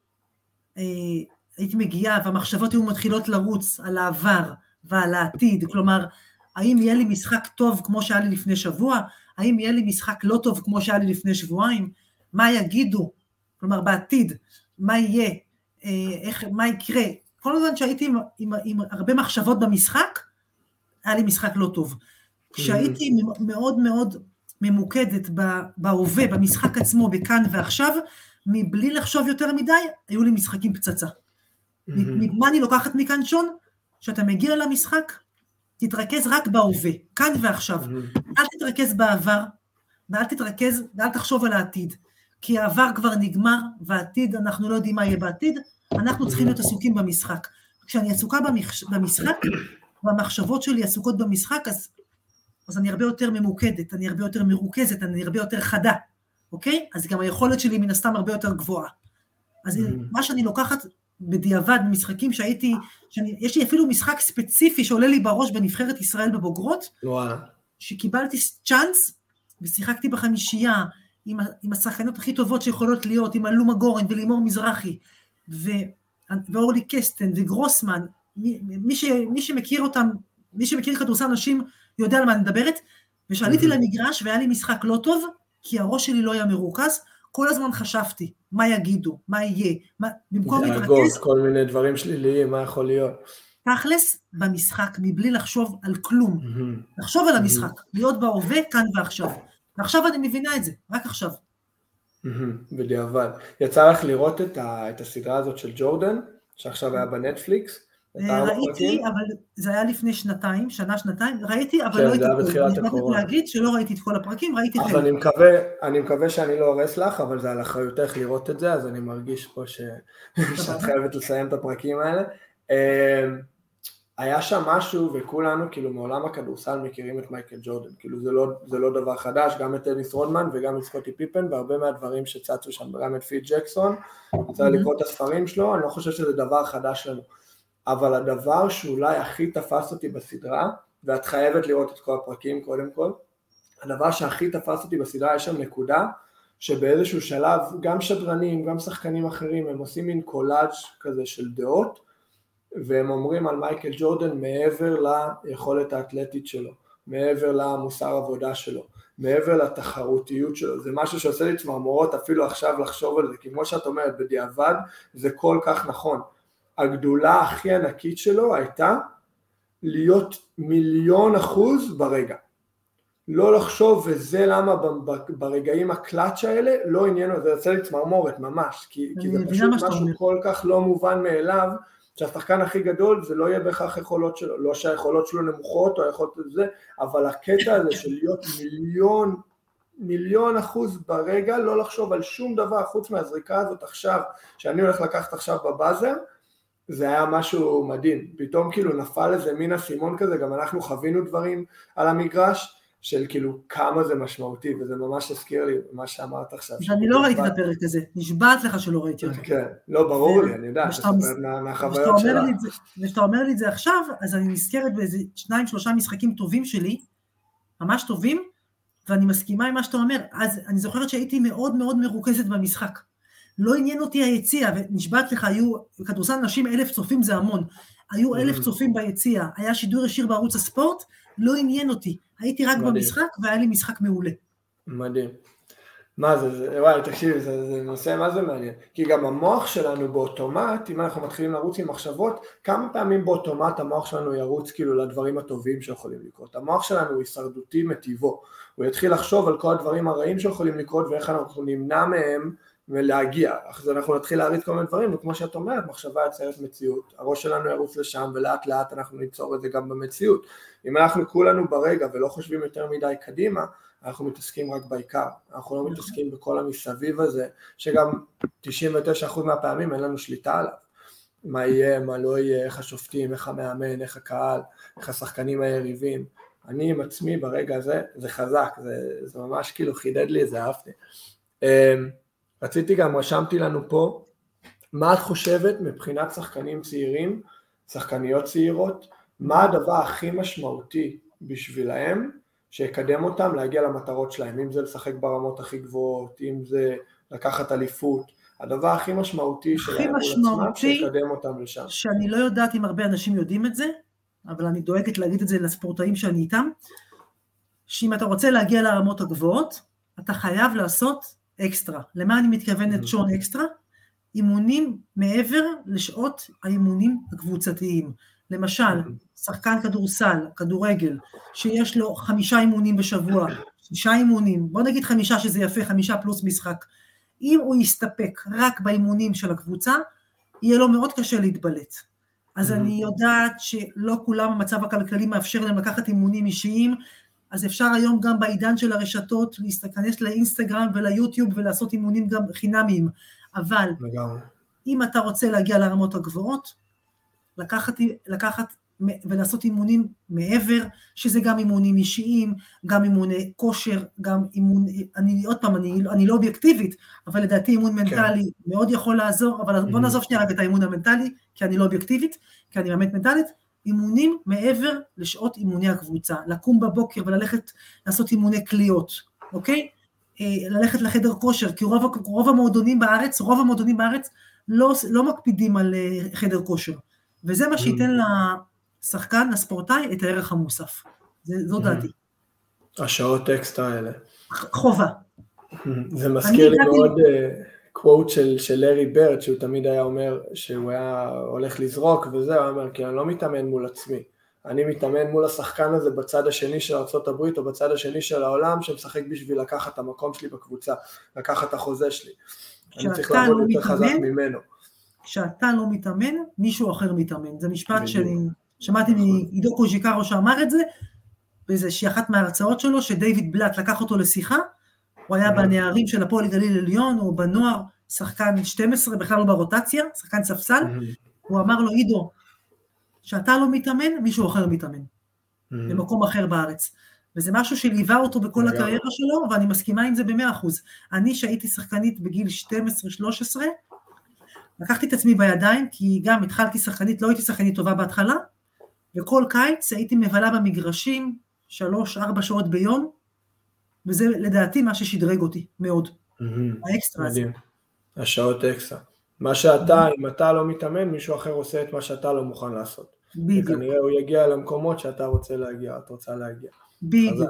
[SPEAKER 2] הייתי מגיעה והמחשבות היו מתחילות לרוץ על העבר ועל העתיד, כלומר, האם יהיה לי משחק טוב כמו שהיה לי לפני שבוע, האם יהיה לי משחק לא טוב כמו שהיה לי לפני שבועיים, מה יגידו, כלומר בעתיד, מה יהיה, מה יקרה, כל הזמן שהייתי עם הרבה מחשבות במשחק, היה לי משחק לא טוב. כשהייתי מאוד מאוד ממוקדת בהווה, במשחק עצמו, בכאן ועכשיו, מבלי לחשוב יותר מדי, היו לי משחקים פצצה. מה אני לוקחת מכאן שון? שאתה מגיע למשחק, תתרכז רק בהווה, כאן ועכשיו. אל תתרכז בעבר, ואל תחשוב על העתיד, כי העבר כבר נגמר, והעתיד, אנחנו לא יודעים מה יהיה בעתיד, אנחנו צריכים להיות עסוקים במשחק. כשאני עסוקה במשחק, והמחשבות שלי עסוקות במשחק, אז אני הרבה יותר ממוקדת, אני הרבה יותר מרוכזת, אני הרבה יותר חדה, אוקיי? אז גם היכולת שלי מן הסתם הרבה יותר גבוהה. אז מה שאני לוקחת בדיעבד, במשחקים יש לי אפילו משחק ספציפי שעולה לי בראש בנבחרת ישראל בבוגרות, שקיבלתי צ'אנס, ושיחקתי בחמישייה, עם השחקנות הכי טובות שיכולות להיות, עם אלומה גורן ולימור מזרחי, ואורלי קסטן וגרוסמן, מי שמכיר אותם, מי שמכיר כדורסל נשים, יודע על מה אני מדברת, ושעליתי למגרש והיה לי משחק לא טוב, כי הראש שלי לא היה מרוכז, כל הזמן חשבתי, מה יגידו, מה יהיה, במקום
[SPEAKER 1] להתרכז, כל מיני דברים שליליים, מה יכול להיות.
[SPEAKER 2] תכלס במשחק, מבלי לחשוב על כלום, לחשוב על המשחק, להיות בהווה, כאן ועכשיו. ועכשיו אני מבינה את זה, רק עכשיו.
[SPEAKER 1] בדיעבד. יצא לך לראות את הסדרה הזאת של ג'ורדן, שעכשיו היה בנטפליקס?
[SPEAKER 2] ראיתי, אבל זה היה לפני שנתיים, שנתיים, ראיתי, אבל
[SPEAKER 1] כן,
[SPEAKER 2] לא הייתי
[SPEAKER 1] זה היה בתחילת
[SPEAKER 2] אני
[SPEAKER 1] הקורונה.
[SPEAKER 2] להגיד שלא ראיתי את כל הפרקים, ראיתי
[SPEAKER 1] אז
[SPEAKER 2] חלק.
[SPEAKER 1] אני מקווה שאני לא הורס לך, אבל זה על אחריותך לראות את זה, אז אני מרגיש פה שאת חייבת לסיים את הפרקים האלה. היה שם משהו, וכולנו כאילו מעולם הכדורסל מכירים את מייקל ג'ורדן, כאילו זה לא דבר חדש, גם את דניס רודמן וגם את סקוטי פיפן, והרבה מהדברים שצצו שם, גם את פיל ג'קסון, רוצה לקרוא את הספרים שלו, אני לא חושב שזה דבר חדש לנו, אבל הדבר שאולי הכי תפס אותי בסדרה, ואת חייבת לראות את כל הפרקים קודם כל, הדבר שהכי תפס אותי בסדרה, יש שם נקודה, שבאיזשהו שלב, גם שדרנים, גם שחקנים אחרים, הם עושים מין קולאז' כזה של דעות, והם אומרים על מייקל ג'ורדן מעבר ליכולת האתלטית שלו, מעבר למוסר עבודה שלו, מעבר לתחרותיות שלו, זה משהו שעושה לי צמרמורות אפילו עכשיו לחשוב על זה, כי כמו שאת אומרת, בדיעבד זה כל כך נכון. הגדולה הכי ענקית שלו הייתה להיות 1,000,000% ברגע. לא לחשוב, וזה למה ברגעים הקלאץ' האלה לא עניינו, זה יוצא לי צמרמורת ממש, כי זה פשוט משהו כל כך לא מובן מאליו, שהשחקן הכי גדול זה לא יהיה בהכרח יכולות שלו, לא שהיכולות שלו נמוכות או היכולות לזה, אבל הקטע הזה של להיות 1,000,000% ברגע, לא לחשוב על שום דבר חוץ מהזריקה הזאת עכשיו, שאני הולך לקחת עכשיו בבאזר, זה היה משהו מדהים, פתאום כאילו נפל איזה מין אסימון כזה, גם אנחנו חווינו דברים על המגרש, של כאילו כמה זה משמעותי, וזה ממש הזכיר לי מה שאמרת עכשיו.
[SPEAKER 2] אני לא ראיתי את הפרק הזה, נשבעת לך שלא ראיתי אותו.
[SPEAKER 1] כן, לא ברור לי, אני יודע, מהחוויות שלה.
[SPEAKER 2] ושאתה אומר לי את זה עכשיו, אז אני נזכרת באיזה 2-3 משחקים טובים שלי, ממש טובים, ואני מסכימה עם מה שאתה אומר, אז אני זוכרת שהייתי מאוד מאוד מרוכזת במשחק. לא עניין אותי היציאה, ונשבעת לך, היו כדורסל נשים 1,000 צופים זה המון, היו 1,000 צופים ביציאה, היה שידור ישיר בערוץ הספורט, לא עניין אותי, הייתי רק במשחק והיה לי משחק מעולה.
[SPEAKER 1] מדהים. מה זה, וואי, תקשיבי, זה נושא מה זה מעניין, כי גם המוח שלנו באוטומט, אם אנחנו מתחילים לרוץ עם מחשבות, כמה פעמים באוטומט המוח שלנו ירוץ כאילו לדברים הטובים שיכולים לקרות, המוח שלנו הוא הישרדותי מטבעו, הוא יתחיל לחשוב על כל הדברים הרעים שיכולים לקרות ואיך אנחנו נמנע מהם ולהגיע, אז אנחנו נתחיל להריץ כל מיני דברים, וכמו שאת אומרת, מחשבה יוצרת מציאות, הראש שלנו ירוץ לשם ולאט לאט אנחנו ניצור את זה גם במציאות, אם אנחנו כולנו ברגע ולא חושבים יותר מדי קדימה, אנחנו מתעסקים רק בעיקר, אנחנו לא מתעסקים בכל המסביב הזה, שגם 99% מהפעמים אין לנו שליטה עליו, מה יהיה, מה לא יהיה, איך השופטים, איך המאמן, איך הקהל, איך השחקנים היריבים, אני עם עצמי ברגע הזה, זה חזק, זה ממש כאילו חידד לי, זה אהבתי. רציתי גם, רשמתי לנו פה, מה את חושבת מבחינת שחקנים צעירים, שחקניות צעירות, מה הדבר הכי משמעותי בשבילהם, שיקדם אותם להגיע למטרות שלהם, אם זה לשחק ברמות הכי גבוהות, אם זה לקחת אליפות, הדבר הכי משמעותי שלהם עצמם, שיקדם אותם לשם.
[SPEAKER 2] שאני לא יודעת אם הרבה אנשים יודעים את זה, אבל אני דואגת להגיד את זה לספורטאים שאני איתם, שאם אתה רוצה להגיע לרמות הגבוהות, אתה חייב לעשות אקסטרה. למה אני מתכוונת שון אקסטרה? אימונים מעבר לשעות האימונים הקבוצתיים. למשל, שחקן כדורסל, כדורגל, שיש לו 5 אימונים בשבוע, 6 אימונים, בוא נגיד 5 שזה יפה, 5 פלוס משחק. אם הוא יסתפק רק באימונים של הקבוצה, יהיה לו מאוד קשה להתבלט. אז אני יודעת שלא כולם המצב הכלכלי מאפשר להם לקחת אימונים אישיים, אז אפשר היום גם בעידן של הרשתות להסתכנס לאינסטגרם וליוטיוב ולעשות אימונים גם חינמיים, אבל אם אתה רוצה להגיע לרמות הגבוהות, לקחת ולעשות אימונים מעבר, שזה גם אימונים אישיים, גם אימוני כושר, גם אימון, עוד פעם, אני לא אובייקטיבית, אבל לדעתי אימון מנטלי מאוד יכול לעזור, אבל בוא נעזוב שנייה רק את האימון המנטלי, כי אני לא אובייקטיבית, כי אני באמת מנטלית, אימונים מעבר לשעות אימוני הקבוצה, לקום בבוקר וללכת לעשות אימוני קליות, אוקיי? ללכת לחדר כושר, כי רוב המועדונים בארץ לא מקפידים על חדר כושר, וזה מה שייתן לשחקן, לספורטאי, את הערך המוסף. זו דעתי.
[SPEAKER 1] השעות אקסטרה האלה.
[SPEAKER 2] חובה.
[SPEAKER 1] זה מזכיר לי מאוד קוואט של לארי ברד, שהוא תמיד היה אומר שהוא היה הולך לזרוק וזה, הוא אומר, כי אני לא מתאמן מול עצמי, אני מתאמן מול השחקן הזה בצד השני של ארצות הברית, או בצד השני של העולם, שמשחק בשביל לקחת את המקום שלי בקבוצה, לקחת את החוזה שלי. אני צריך לעבוד יותר חזק ממנו.
[SPEAKER 2] כשאתה לא מתאמן, מישהו אחר מתאמן. זה משפט ששמעתי מעידו קוז'יקרו שאמר את זה, באיזושהי אחת מההרצאות שלו, שדייוויד בלאט לקח אותו לשיחה, הוא היה בנערים של הפועל גליל עליון, או בנוער, שחקן 12, בכלל לא ברוטציה, שחקן ספסל, הוא אמר לו, עידו, שאתה לא מתאמן, מישהו אחר מתאמן, במקום אחר בארץ. וזה משהו שליווה אותו בכל הקריירה שלו, ואני מסכימה עם זה ב100%. אני שהייתי שחקנית בגיל 12-13, לקחתי את עצמי בידיים, כי גם התחלתי שחקנית, לא הייתי שחקנית טובה בהתחלה, וכל קיץ הייתי מבלה במגרשים 3-4 שעות ביום, וזה לדעתי מה ששדרג אותי מאוד. האקסטרה הזה.
[SPEAKER 1] השעות אקסטרה. מה שאתה, אם אתה לא מתאמן, מישהו אחר עושה את מה שאתה לא מוכן לעשות. בדיוק. וכנראה הוא יגיע למקומות שאתה רוצה להגיע, את רוצה להגיע.
[SPEAKER 2] בדיוק.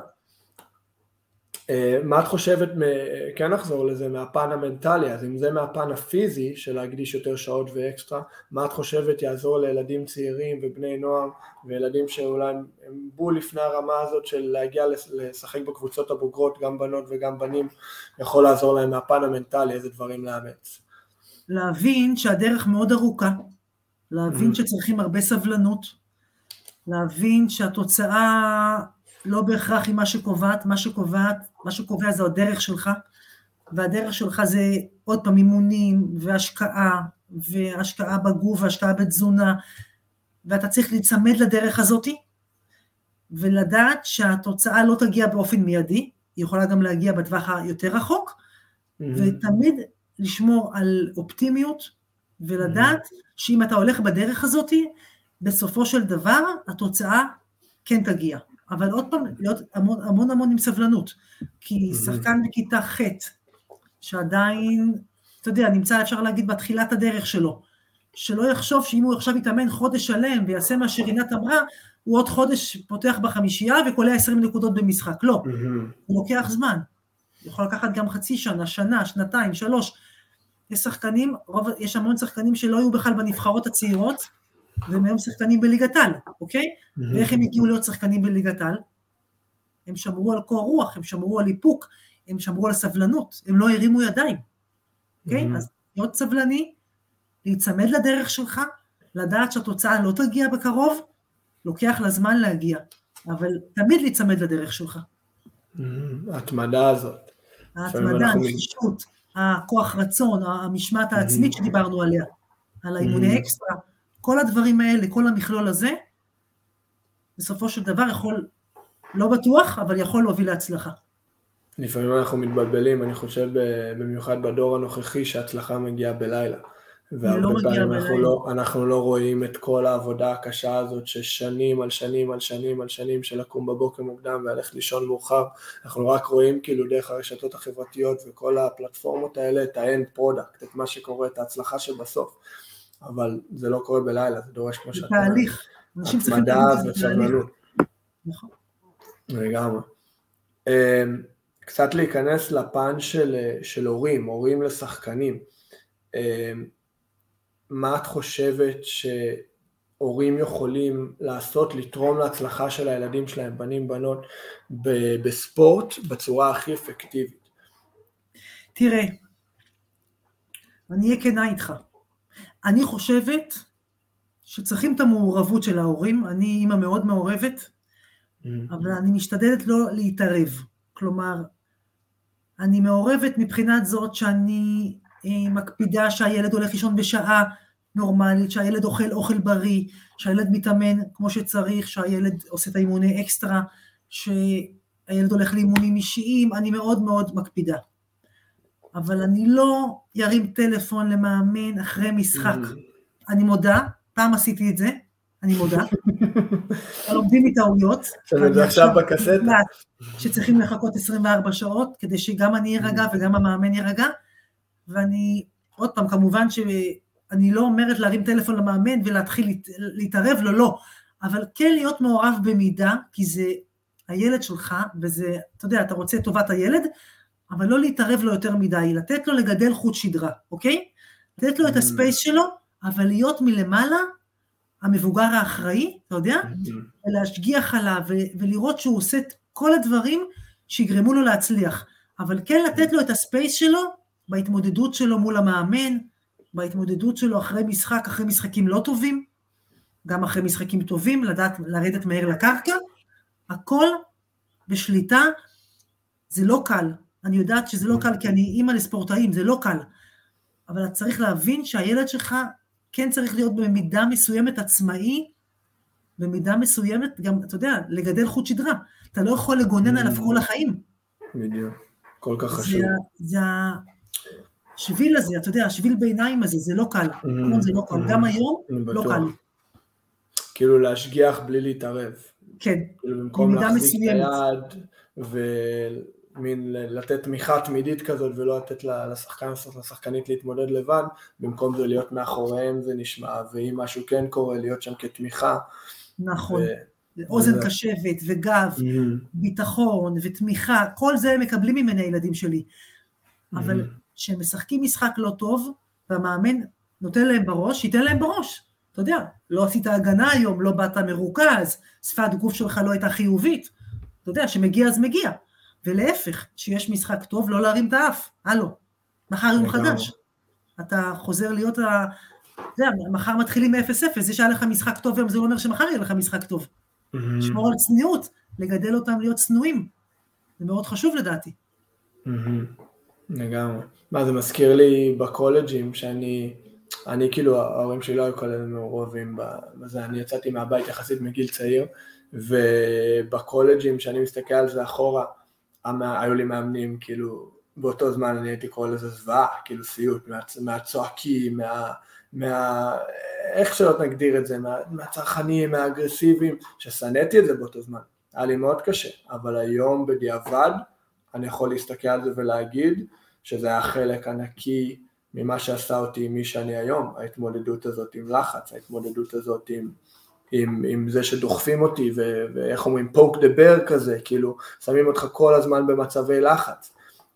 [SPEAKER 1] מה את חושבת, כן נחזור לזה, מהפן המנטלי, אז אם זה מהפן הפיזי, של להקדיש יותר שעות ואקסטרה, מה את חושבת יעזור לילדים צעירים ובני נוער, וילדים שאולי הם בול לפני הרמה הזאת של להגיע לשחק בקבוצות הבוגרות, גם בנות וגם בנים, יכול לעזור להם מהפן המנטלי, איזה דברים לאמץ?
[SPEAKER 2] להבין שהדרך מאוד ארוכה, להבין שצריכים הרבה סבלנות, להבין שהתוצאה לא בהכרח היא מה שקובעת, מה שקובע זה הדרך שלך, והדרך שלך זה עוד פעם אימונים והשקעה בגוף והשקעה בתזונה, ואתה צריך להצמד לדרך הזאת, ולדעת שהתוצאה לא תגיע באופן מיידי, היא יכולה גם להגיע בטווח היותר רחוק, ותמיד לשמור על אופטימיות, ולדעת שאם אתה הולך בדרך הזאת, בסופו של דבר התוצאה כן תגיע. אבל עוד פעם, להיות המון עם סבלנות, כי שחקן בכיתה ח' שעדיין, אתה יודע, נמצא, אפשר להגיד, בתחילת הדרך שלו, שלא יחשוב שאם הוא עכשיו יתאמן חודש שלם, ויעשה מה שרינת אמרה, הוא עוד חודש פותח בחמישייה, וקולע 20 נקודות במשחק. לא, הוא לוקח זמן. יכול לקחת גם חצי שנה, שנה, שנתיים, 3. יש המון שחקנים שלא היו בכלל בנבחרות הצעירות, והם היום שחקנים בליגת העל, אוקיי? ואיך הם הגיעו להיות שחקנים בליגת העל? הם שמרו על קור רוח, הם שמרו על איפוק, הם שמרו על סבלנות, הם לא הרימו ידיים, אוקיי? אז להיות סבלני, להיצמד לדרך שלך, לדעת שהתוצאה לא תגיע בקרוב, לוקח לה זמן להגיע, אבל תמיד להיצמד לדרך שלך.
[SPEAKER 1] ההתמדה הזאת.
[SPEAKER 2] ההתמדה, הנחישות, הכוח רצון, המשמעת העצמית שדיברנו עליה, על האימוני אקסטרה, כל הדברים האלה, כל המכלול הזה, בסופו של דבר יכול, לא בטוח, אבל יכול להוביל להצלחה.
[SPEAKER 1] לפעמים אנחנו מתבלבלים, אני חושב במיוחד בדור הנוכחי, שההצלחה מגיעה בלילה. והרבה פעמים אנחנו לא רואים את כל העבודה הקשה הזאת, ששנים על שנים של לקום בבוקר מוקדם והלך לישון מאוחר, אנחנו רק רואים כאילו דרך הרשתות החברתיות וכל הפלטפורמות האלה, את ה-end product, את מה שקורה, את ההצלחה שבסוף. אבל זה לא קורה בלילה, זה דורש כמו שאתה אומר.
[SPEAKER 2] תהליך.
[SPEAKER 1] התמדה וסבלנות.
[SPEAKER 2] נכון.
[SPEAKER 1] לגמרי. קצת להיכנס לפן של הורים לשחקנים. מה את חושבת שהורים יכולים לעשות, לתרום להצלחה של הילדים שלהם, בנים, בנות, בספורט, בצורה הכי אפקטיבית?
[SPEAKER 2] תראה, אני אהיה כנה איתך. אני חושבת שצריכים את המעורבות של ההורים, אני אימא מאוד מעורבת, אבל אני משתדלת לא להתערב. כלומר, אני מעורבת מבחינת זאת שאני מקפידה שהילד הולך לישון בשעה נורמלית, שהילד אוכל בריא, שהילד מתאמן כמו שצריך, שהילד עושה את האימוני אקסטרה, שהילד הולך לאימונים אישיים, אני מאוד מאוד מקפידה. אבל אני לא ירים טלפון למאמן אחרי משחק. אני מודה, פעם עשיתי את זה, אני מודה. לומדים מטעויות.
[SPEAKER 1] זה עכשיו בקסטה.
[SPEAKER 2] שצריכים לחכות 24 שעות, כדי שגם אני ארגע וגם המאמן ירגע, ואני, עוד פעם, כמובן שאני לא אומרת להרים טלפון למאמן ולהתחיל להתערב לו, לא, אבל כן להיות מעורב במידה, כי זה הילד שלך, וזה, אתה יודע, אתה רוצה טובת הילד, אבל לא להתערב לו יותר מדי, לתת לו לגדל חוט שדרה, אוקיי? לתת לו את הספייס שלו, אבל להיות מלמעלה, המבוגר האחראי, אתה יודע? ולהשגיח עליו, ולראות שהוא עושה את כל הדברים שיגרמו לו להצליח. אבל כן לתת לו את הספייס שלו, בהתמודדות שלו מול המאמן, בהתמודדות שלו אחרי משחק, אחרי משחקים לא טובים, גם אחרי משחקים טובים, לדעת לרדת מהר לקרקע, הכל בשליטה, זה לא קל. אני יודעת שזה לא קל, כי אני אימא לספורטאים, זה לא קל. אבל אתה צריך להבין שהילד שלך כן צריך להיות במידה מסוימת עצמאי, במידה מסוימת גם, אתה יודע, לגדל חוט שדרה. אתה לא יכול לגונן עליו כל החיים.
[SPEAKER 1] בדיוק, כל כך חשוב.
[SPEAKER 2] זה השביל הזה, אתה יודע, השביל ביניים הזה, זה לא קל. זה לא קל. גם היום, לא קל.
[SPEAKER 1] כאילו להשגיח בלי להתערב.
[SPEAKER 2] כן.
[SPEAKER 1] כאילו במקום להחזיק את היד, ומין לתת תמיכה תמידית כזאת, ולא לתת לשחקנית להתמודד לבד, במקום זה להיות מאחוריהם זה נשמע, ואם משהו כן קורה, להיות שם כתמיכה.
[SPEAKER 2] נכון. אוזן קשבת וגב, ביטחון ותמיכה, כל זה הם מקבלים ממני הילדים שלי. אבל כשהם משחקים משחק לא טוב, והמאמן נותן להם בראש, ייתן להם בראש. אתה יודע, לא עשית הגנה היום, לא באת מרוכז, שפת גוף שלך לא הייתה חיובית. אתה יודע, שמגיע אז מגיע. ולהפך, שיש משחק טוב, לא להרים את האף. הלו, מחר יום חדש. אתה חוזר להיות אתה יודע, מחר מתחילים מ-0-0, זה שהיה לך משחק טוב, וזה לא אומר שמחר יהיה לך משחק טוב. לשמור על צניעות, לגדל אותם להיות צנועים. זה מאוד חשוב לדעתי.
[SPEAKER 1] לגמרי. מה, זה מזכיר לי בקולג'ים, שאני כאילו, ההורים שלי לא היו כאלה מעורבים בזה, אני יצאתי מהבית יחסית מגיל צעיר, ובקולג'ים, שאני מסתכל על זה אחורה, היו לי מאמנים, כאילו, באותו זמן אני הייתי קורא לזה זוועה, כאילו סיוט, מהצועקים, איך שלא נגדיר את זה, מהצרכנים, מהאגרסיביים, ששנאתי את זה באותו זמן. היה לי מאוד קשה, אבל היום בדיעבד, אני יכול להסתכל על זה ולהגיד, שזה היה חלק ענקי ממה שעשה אותי מי שאני היום, ההתמודדות הזאת עם לחץ, ההתמודדות הזאת עם זה שדוחפים אותי, ואיך אומרים, poke the bear כזה, כאילו, שמים אותך כל הזמן במצבי לחץ,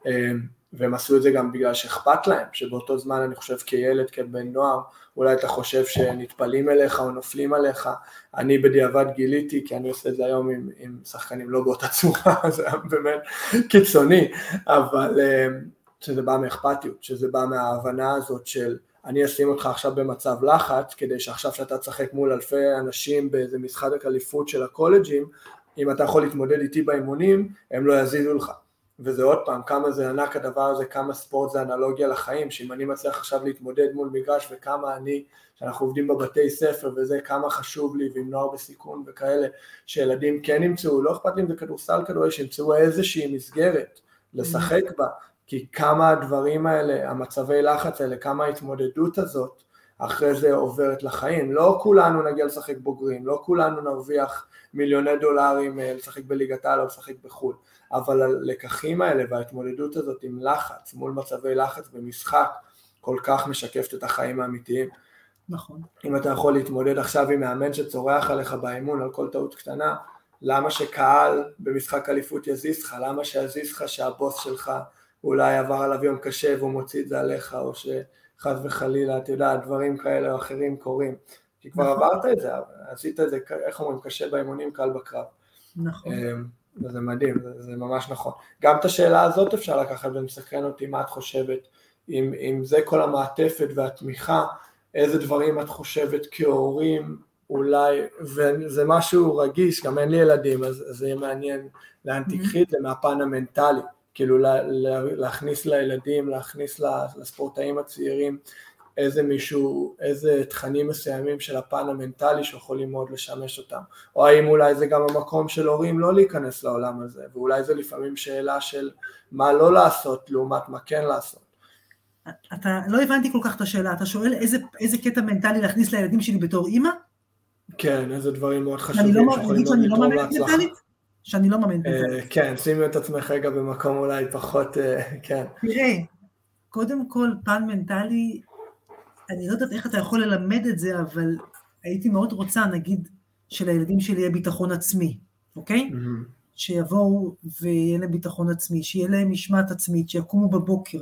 [SPEAKER 1] והם עשו את זה גם בגלל שאכפת להם, שבאותו זמן אני חושב כילד, כבן נוער, אולי אתה חושב שנטפלים אליך או נופלים עליך, אני בדיעבד גיליתי, כי אני עושה את זה היום עם שחקנים לא באותה צורה, זה באמת קיצוני, אבל שזה בא מאכפתיות, שזה בא מההבנה הזאת של אני אשים אותך עכשיו במצב לחץ, כדי שעכשיו שאתה תשחק מול אלפי אנשים באיזה משחק אליפות של הקולג'ים, אם אתה יכול להתמודד איתי באימונים, הם לא יזיזו לך. וזה עוד פעם, כמה זה ענק הדבר הזה, כמה ספורט זה אנלוגיה לחיים, שאם אני מצליח עכשיו להתמודד מול מגרש, וכמה שאנחנו עובדים בבתי ספר, וזה כמה חשוב לי, ועם נוער בסיכון וכאלה, שילדים כן ימצאו, לא אכפת לי אם זה כדורסל כדורגל, שימצאו איזושהי מסגרת לשחק בה, כי כמה הדברים האלה, המצבי לחץ האלה, כמה ההתמודדות הזאת, אחרי זה עוברת לחיים, לא כולנו נגיע לשחק בוגרים, לא כולנו נרוויח מיליוני דולרים לשחק בליגת העל או לשחק בחו"ל, אבל הלקחים האלה וההתמודדות הזאת עם לחץ, מול מצבי לחץ במשחק, כל כך משקפת את החיים האמיתיים.
[SPEAKER 2] נכון.
[SPEAKER 1] אם אתה יכול להתמודד עכשיו עם מאמן שצורח עליך באימון על כל טעות קטנה, למה שקהל במשחק אליפות יזיז לך? למה שיזיז לך שהבוס שלך אולי עבר עליו יום קשה והוא מוציא את זה עליך, או שחס וחלילה, אתה יודע, דברים כאלה או אחרים קורים. כי כבר עברת את זה, עשית את זה, איך אומרים, קשה באימונים, קל בקרב.
[SPEAKER 2] נכון.
[SPEAKER 1] זה מדהים, זה ממש נכון. גם את השאלה הזאת אפשר לקחת ומסקרן אותי מה את חושבת, אם זה כל המעטפת והתמיכה, איזה דברים את חושבת כהורים, אולי, וזה משהו רגיש, גם אין לי ילדים, אז זה יהיה מעניין לאן תיקחי את זה מהפן המנטלי, כאילו להכניס לילדים, להכניס לספורטאים הצעירים, איזה תכנים מסוימים של הפן המנטלי שיכולים מאוד לשמש אותם, או האם אולי זה גם המקום של הורים לא להיכנס לעולם הזה, ואולי זה לפעמים שאלה של מה לא לעשות לעומת מה כן לעשות.
[SPEAKER 2] אתה לא הבנתי כל כך את השאלה, אתה שואל איזה קטע מנטלי להכניס לילדים שלי בתור אימא?
[SPEAKER 1] כן, איזה דברים מאוד חשובים שיכולים מאוד לתרום להצלחה.
[SPEAKER 2] שאני לא מאמנת מנטלית.
[SPEAKER 1] כן, שימי את עצמך רגע במקום אולי פחות, כן.
[SPEAKER 2] תראה, קודם כל פן מנטלי, אני לא יודעת איך אתה יכול ללמד את זה, אבל הייתי מאוד רוצה, נגיד, שלילדים שלי יהיה ביטחון עצמי, אוקיי? שיבואו ויהיה להם ביטחון עצמי, שיהיה להם משמעת עצמית, שיקומו בבוקר,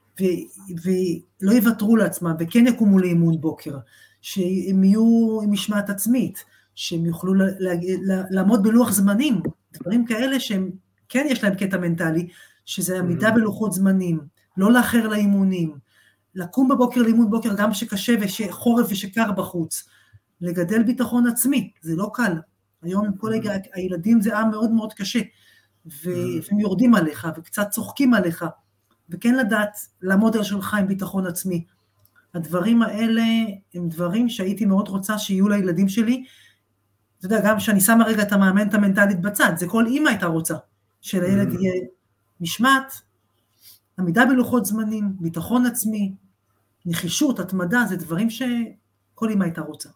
[SPEAKER 2] ולא יוותרו לעצמם, וכן יקומו לאימון בוקר, שהם יהיו עם משמעת עצמית, שהם יוכלו לעמוד בלוח זמנים, דברים כאלה שהם כן יש להם קטע מנטלי, שזה עמידה בלוחות זמנים, לא לאחר לאימונים, לקום בבוקר לאימון בוקר גם שקשה ושחורף ושקר בחוץ, לגדל ביטחון עצמי, זה לא קל. היום כל הילדים זה עם מאוד מאוד קשה, והם יורדים עליך וקצת צוחקים עליך, וכן לדעת לעמוד על שלך עם ביטחון עצמי. הדברים האלה הם דברים שהייתי מאוד רוצה שיהיו לילדים שלי, אתה יודע, גם שאני שמה רגע את המאמנת המנטלית בצד, זה כל אמא הייתה רוצה, שלילד יהיה משמעת, עמידה בלוחות זמנים, ביטחון עצמי, נחישות, התמדה, זה דברים שכל אמא הייתה רוצה.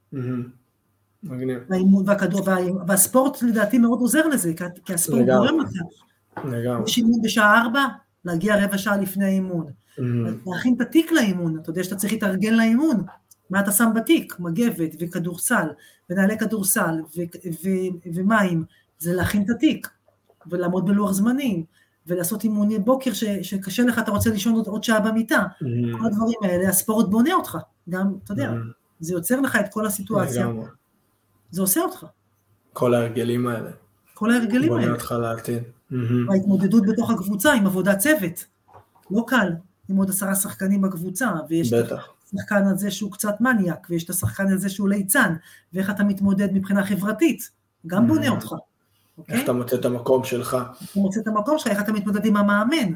[SPEAKER 1] מגניב.
[SPEAKER 2] והספורט לדעתי מאוד עוזר לזה, כי הספורט גורם לך. יש אימון בשעה 4, להגיע רבע שעה לפני האימון. להכין את התיק לאימון, אתה יודע שאתה צריך להתארגן לאימון, מה אתה שם בתיק? מגבת וכדורסל, ונעלי כדורסל ומים, זה להכין את התיק, ולעמוד בלוח זמנים, ולעשות אימוני בוקר שקשה לך, אתה רוצה לישון עוד שעה במיטה. כל הדברים האלה, הספורט בונה אותך, גם, אתה יודע, זה יוצר לך את כל הסיטואציה, זה עושה אותך.
[SPEAKER 1] כל ההרגלים האלה.
[SPEAKER 2] כל ההרגלים האלה.
[SPEAKER 1] בונה אותך לעתיד.
[SPEAKER 2] וההתמודדות בתוך הקבוצה עם עבודת צוות, לא קל, עם עוד 10 שחקנים בקבוצה, ויש את השחקן הזה שהוא קצת מניאק, ויש את השחקן הזה שהוא ליצן, ואיך אתה מתמודד מבחינה חברתית, גם בונה אותך.
[SPEAKER 1] איך אתה מוצא את המקום שלך.
[SPEAKER 2] אתה מוצא את המקום שלך, איך אתה מתמודד עם המאמן.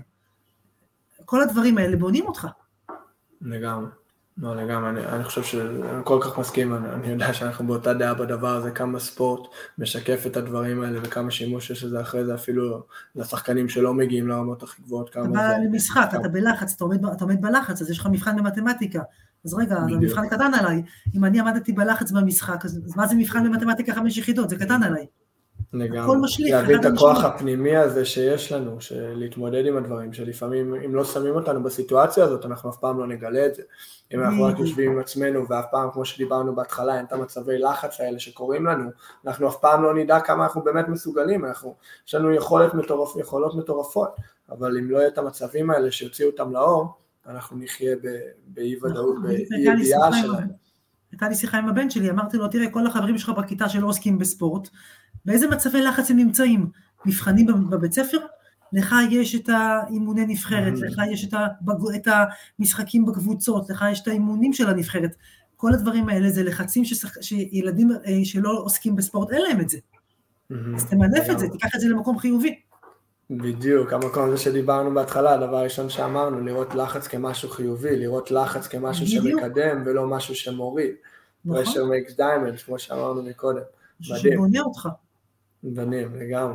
[SPEAKER 2] כל הדברים האלה בונים אותך.
[SPEAKER 1] לגמרי. לא, לגמרי, אני חושב שאני כל כך מסכים, אני יודע שאנחנו באותה דעה בדבר הזה, כמה ספורט משקף את הדברים האלה, וכמה שימוש יש לזה אחרי זה, אפילו לשחקנים שלא מגיעים לרמות הכי גבוהות, כמה זה...
[SPEAKER 2] אתה בא למשחק, אתה בלחץ, אתה עומד בלחץ, אז יש לך מבחן במתמטיקה, אז רגע, זה מבחן קטן עליי, אם אני עמדתי בלחץ במשחק, אז מה זה מבחן במתמטיקה 5 יחידות, זה קטן עליי.
[SPEAKER 1] לגמרי, להביא את הכוח הפנימי הזה שיש לנו, להתמודד עם הדברים, שלפעמים אם לא שמים אותנו בסיטואציה הזאת, אנחנו אף פעם לא נגלה את זה, אם אנחנו רק יושבים עם עצמנו, ואף פעם, כמו שדיברנו בהתחלה, אין את המצבי לחץ האלה שקוראים לנו, אנחנו אף פעם לא נדע כמה אנחנו באמת מסוגלים, יש לנו יכולות מטורפות, אבל אם לא יהיה את המצבים האלה שיוציאו אותם לאור, אנחנו נחיה באי ודאות, באי ידיעה שלהם.
[SPEAKER 2] הייתה לי שיחה עם הבן שלי, אמרתי לו, תראה, כל החברים שלך בכיתה שלא עוסקים בספורט, באיזה מצבי לחץ הם נמצאים? מבחנים בבית ספר? לך יש את האימוני נבחרת, לך יש את המשחקים בקבוצות, לך יש את האימונים של הנבחרת. כל הדברים האלה זה לחצים שילדים שלא עוסקים בספורט, אין להם את זה. אז תמנף את זה, תיקח את זה למקום חיובי.
[SPEAKER 1] בדיוק, המקום הזה שדיברנו בהתחלה, הדבר הראשון שאמרנו, לראות לחץ כמשהו חיובי, לראות לחץ כמשהו שמקדם ולא משהו שמוריד. pressure makes diamonds, כמו שאמרנו מקודם.
[SPEAKER 2] שבונה אותך.
[SPEAKER 1] בנים, לגמרי.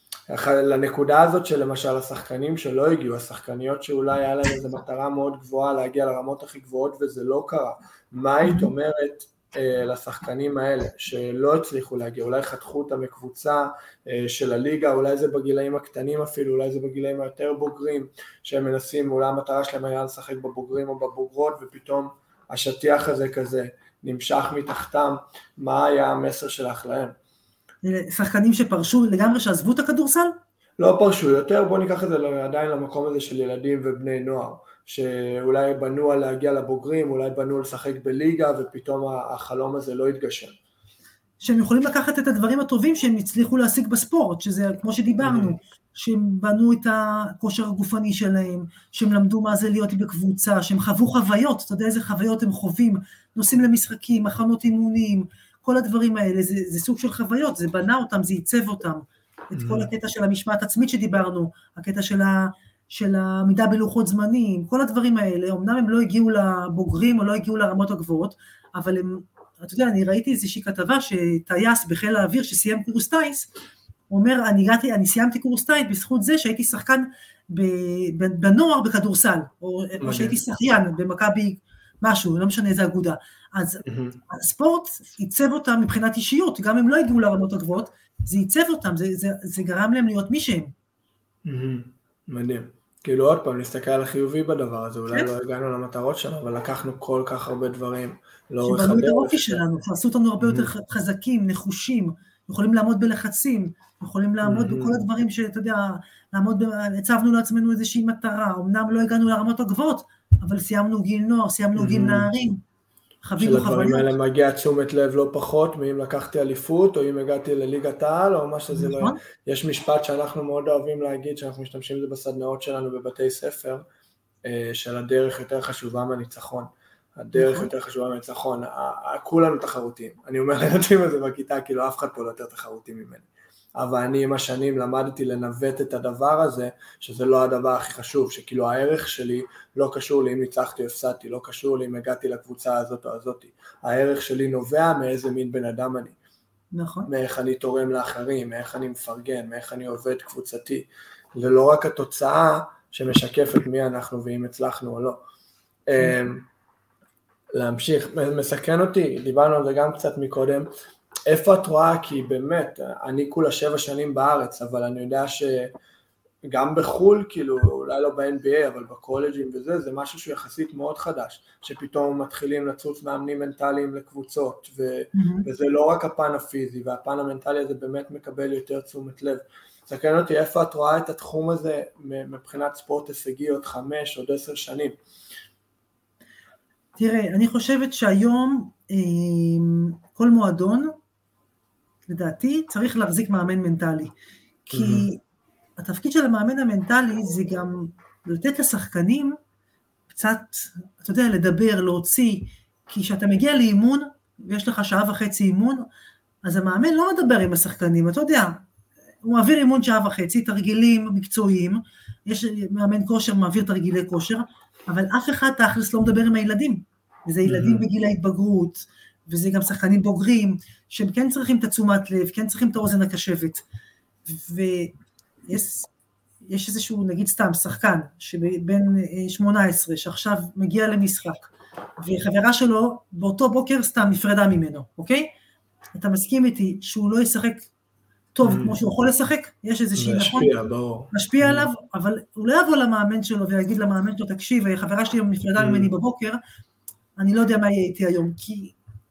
[SPEAKER 1] לנקודה הזאת שלמשל השחקנים שלא הגיעו, השחקניות שאולי היה להם איזו מטרה מאוד גבוהה להגיע לרמות הכי גבוהות וזה לא קרה, מה היית אומרת לשחקנים האלה שלא הצליחו להגיע, אולי חתכו אותם מקבוצה של הליגה, אולי זה בגילאים הקטנים אפילו, אולי זה בגילאים היותר בוגרים, שהם מנסים, אולי המטרה שלהם היה לשחק בבוגרים או בבוגרות, ופתאום השטיח הזה כזה נמשך מתחתם, מה היה המסר שלך להם?
[SPEAKER 2] שחקנים שפרשו לגמרי, שעזבו את הכדורסל?
[SPEAKER 1] לא פרשו יותר, בוא ניקח את זה עדיין למקום הזה של ילדים ובני נוער, שאולי בנו על להגיע לבוגרים, אולי בנו לשחק בליגה, ופתאום החלום הזה לא יתגשם.
[SPEAKER 2] שהם יכולים לקחת את הדברים הטובים שהם הצליחו להשיג בספורט, שזה כמו שדיברנו, שהם בנו את הכושר הגופני שלהם, שהם למדו מה זה להיות בקבוצה, שהם חוו חוויות, אתה יודע איזה חוויות הם חווים, נוסעים למשחקים, הכנות אימונים, כל הדברים האלה, זה סוג של חוויות, זה בנה אותם, זה ייצב אותם, את כל הקטע של המשמעת עצמית שדיברנו, הקטע של העמידה בלוחות זמנים, כל הדברים האלה, אמנם הם לא הגיעו לבוגרים או לא הגיעו לרמות הגבוהות, אבל הם, אתה יודע, אני ראיתי איזושהי כתבה שטייס בחיל האוויר שסיים קורס טייס, הוא אומר, אני סיימתי קורס טייס בזכות זה שהייתי שחקן בנוער בכדורסל, או שהייתי שחיין במכבי משהו, לא משנה איזה אגודה. אז הספורט ייצב אותם מבחינת אישיות, גם אם לא הגיעו לרמות הגבוהות, זה ייצב אותם, זה גרם להם להיות מי שהם.
[SPEAKER 1] מדהים. כאילו עוד פעם, נסתכל על החיובי בדבר הזה, אולי לא הגענו למטרות שלנו, אבל לקחנו כל כך הרבה דברים.
[SPEAKER 2] שבנו את האופי שלנו, שעשו אותנו הרבה יותר חזקים, נחושים, יכולים לעמוד בלחצים, יכולים לעמוד בכל הדברים שאתה יודע, הצבנו לעצמנו איזושהי מטרה, אמנם לא הגענו לרמות הגבוהות, אבל סיימנו גיל נוער, סיימנו גיל נערים, חווינו חוויות.
[SPEAKER 1] שלדברים האלה מגיע תשומת לב לא פחות, מאם לקחתי אליפות, או אם הגעתי לליגת העל, או מה שזה לא. יש משפט שאנחנו מאוד אוהבים להגיד, שאנחנו משתמשים בזה בסדנאות שלנו בבתי ספר, של הדרך יותר חשובה מהניצחון. הדרך יותר חשובה מהניצחון. כולנו תחרותיים. אני אומר לילדים הזה בכיתה, כאילו אף אחד פה לא יותר תחרותי ממני. אבל אני עם השנים למדתי לנווט את הדבר הזה, שזה לא הדבר הכי חשוב, שכאילו הערך שלי לא קשור לי אם ניצחתי או הפסדתי, לא קשור לי אם הגעתי לקבוצה הזאת או הזאת. הערך שלי נובע מאיזה מין בן אדם אני.
[SPEAKER 2] נכון.
[SPEAKER 1] מאיך אני תורם לאחרים, מאיך אני מפרגן, מאיך אני עובד קבוצתי. זה לא רק התוצאה שמשקפת מי אנחנו ואם הצלחנו או לא. להמשיך, מסכן אותי, דיברנו על זה גם קצת מקודם, איפה את רואה? כי באמת, אני כולה 7 שנים בארץ, אבל אני יודע שגם בחול, כאילו, אולי לא ב-NBA, אבל בקולג'ים וזה, זה משהו שהוא יחסית מאוד חדש, שפתאום מתחילים לצוץ מאמנים מנטליים לקבוצות, וזה לא רק הפן הפיזי, והפן המנטלי הזה באמת מקבל יותר תשומת לב. מסכן אותי, איפה את רואה את התחום הזה מבחינת ספורט הישגי עוד 5 עוד 10 שנים?
[SPEAKER 2] תראה, אני חושבת שהיום כל מועדון, לדעתי, צריך להחזיק מאמן מנטלי, כי התפקיד של המאמן המנטלי זה גם לתת לשחקנים קצת, אתה יודע, לדבר, להוציא, כי כשאתה מגיע לאימון, ויש לך 1.5 שעה אימון, אז המאמן לא מדבר עם השחקנים, אתה יודע, הוא מעביר אימון 1.5 שעה, תרגילים מקצועיים, יש מאמן כושר, מעביר תרגילי כושר, אבל אף אחד תכלס לא מדבר עם הילדים, וזה ילדים בגיל ההתבגרות, וזה גם שחקנים בוגרים, שהם כן צריכים את התשומת לב, כן צריכים את האוזן הקשבת, ויש איזשהו, נגיד סתם, שחקן, שבין 18, שעכשיו מגיע למשחק, וחברה שלו באותו בוקר סתם נפרדה ממנו, אוקיי? אתה מסכים איתי שהוא לא ישחק טוב כמו שהוא יכול לשחק? יש איזושהי נכון? משפיע עליו, אבל הוא לא יבוא למאמן שלו ויגיד למאמן שלו, תקשיב, חברה שלי נפרדה ממני בבוקר, אני לא יודע מה יהיה איתי היום, כי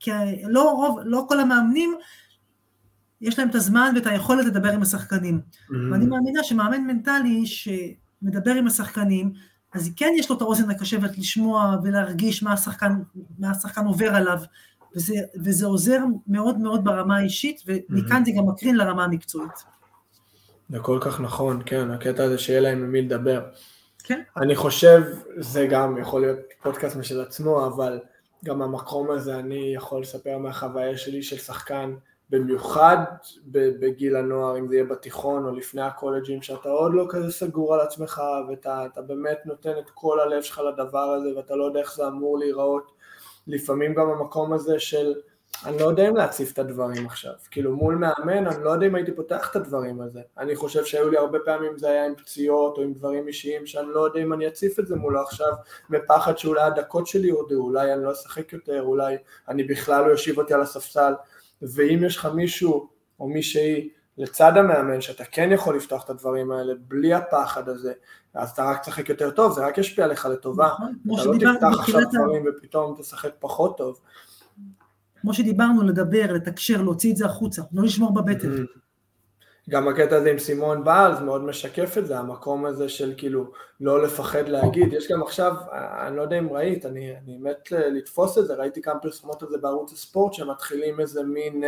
[SPEAKER 2] לא כל המאמנים, יש להם את הזמן ואת היכולת לדבר עם השחקנים. ואני מאמינה שמאמן מנטלי שמדבר עם השחקנים, אז כן יש לו את האוזן הקשבת לשמוע ולהרגיש מה השחקן עובר עליו, וזה עוזר מאוד מאוד ברמה האישית, ומכאן זה גם מקרין לרמה המקצועית.
[SPEAKER 1] זה כל כך נכון, כן, הקטע הזה שיהיה להם ממי לדבר.
[SPEAKER 2] כן.
[SPEAKER 1] אני חושב, זה גם יכול להיות פודקאסט משל עצמו, אבל גם המקום הזה אני יכול לספר מהחוויה שלי של שחקן, במיוחד בגיל הנוער, אם זה יהיה בתיכון או לפני הקולג'ים, שאתה עוד לא כזה סגור על עצמך, ואתה באמת נותן את כל הלב שלך לדבר הזה, ואתה לא יודע איך זה אמור להיראות. לפעמים גם המקום הזה של, אני לא יודע אם להציף את הדברים עכשיו, כאילו מול מאמן, אני לא יודע אם הייתי פותח את הדברים הזה, אני חושב שהיו לי הרבה פעמים זה היה עם פציעות או עם דברים אישיים, שאני לא יודע אם אני אציף את זה מולו עכשיו, מפחד שאולי הדקות שלי יורדו, אולי אני לא אשחק יותר, אולי אני בכלל לא יושיב אותי על הספסל, ואם יש לך מישהו או מישהי לצד המאמן, שאתה כן יכול לפתוח את הדברים האלה, בלי הפחד הזה, אז אתה רק תשחק יותר טוב, זה רק ישפיע לך לטובה, אתה לא תפתח עכשיו דברים ופתאום תשחק פחות טוב.
[SPEAKER 2] כמו שדיברנו, לדבר, לתקשר, להוציא את זה החוצה, לא לשמור בבטן.
[SPEAKER 1] גם הקטע הזה עם סימון בעל, זה מאוד משקף את זה, המקום הזה של כאילו לא לפחד להגיד, יש גם עכשיו, אני לא יודע אם ראית, אני מת לתפוס את זה, ראיתי כמה פרסומות על זה בערוץ הספורט, שמתחילים איזה מין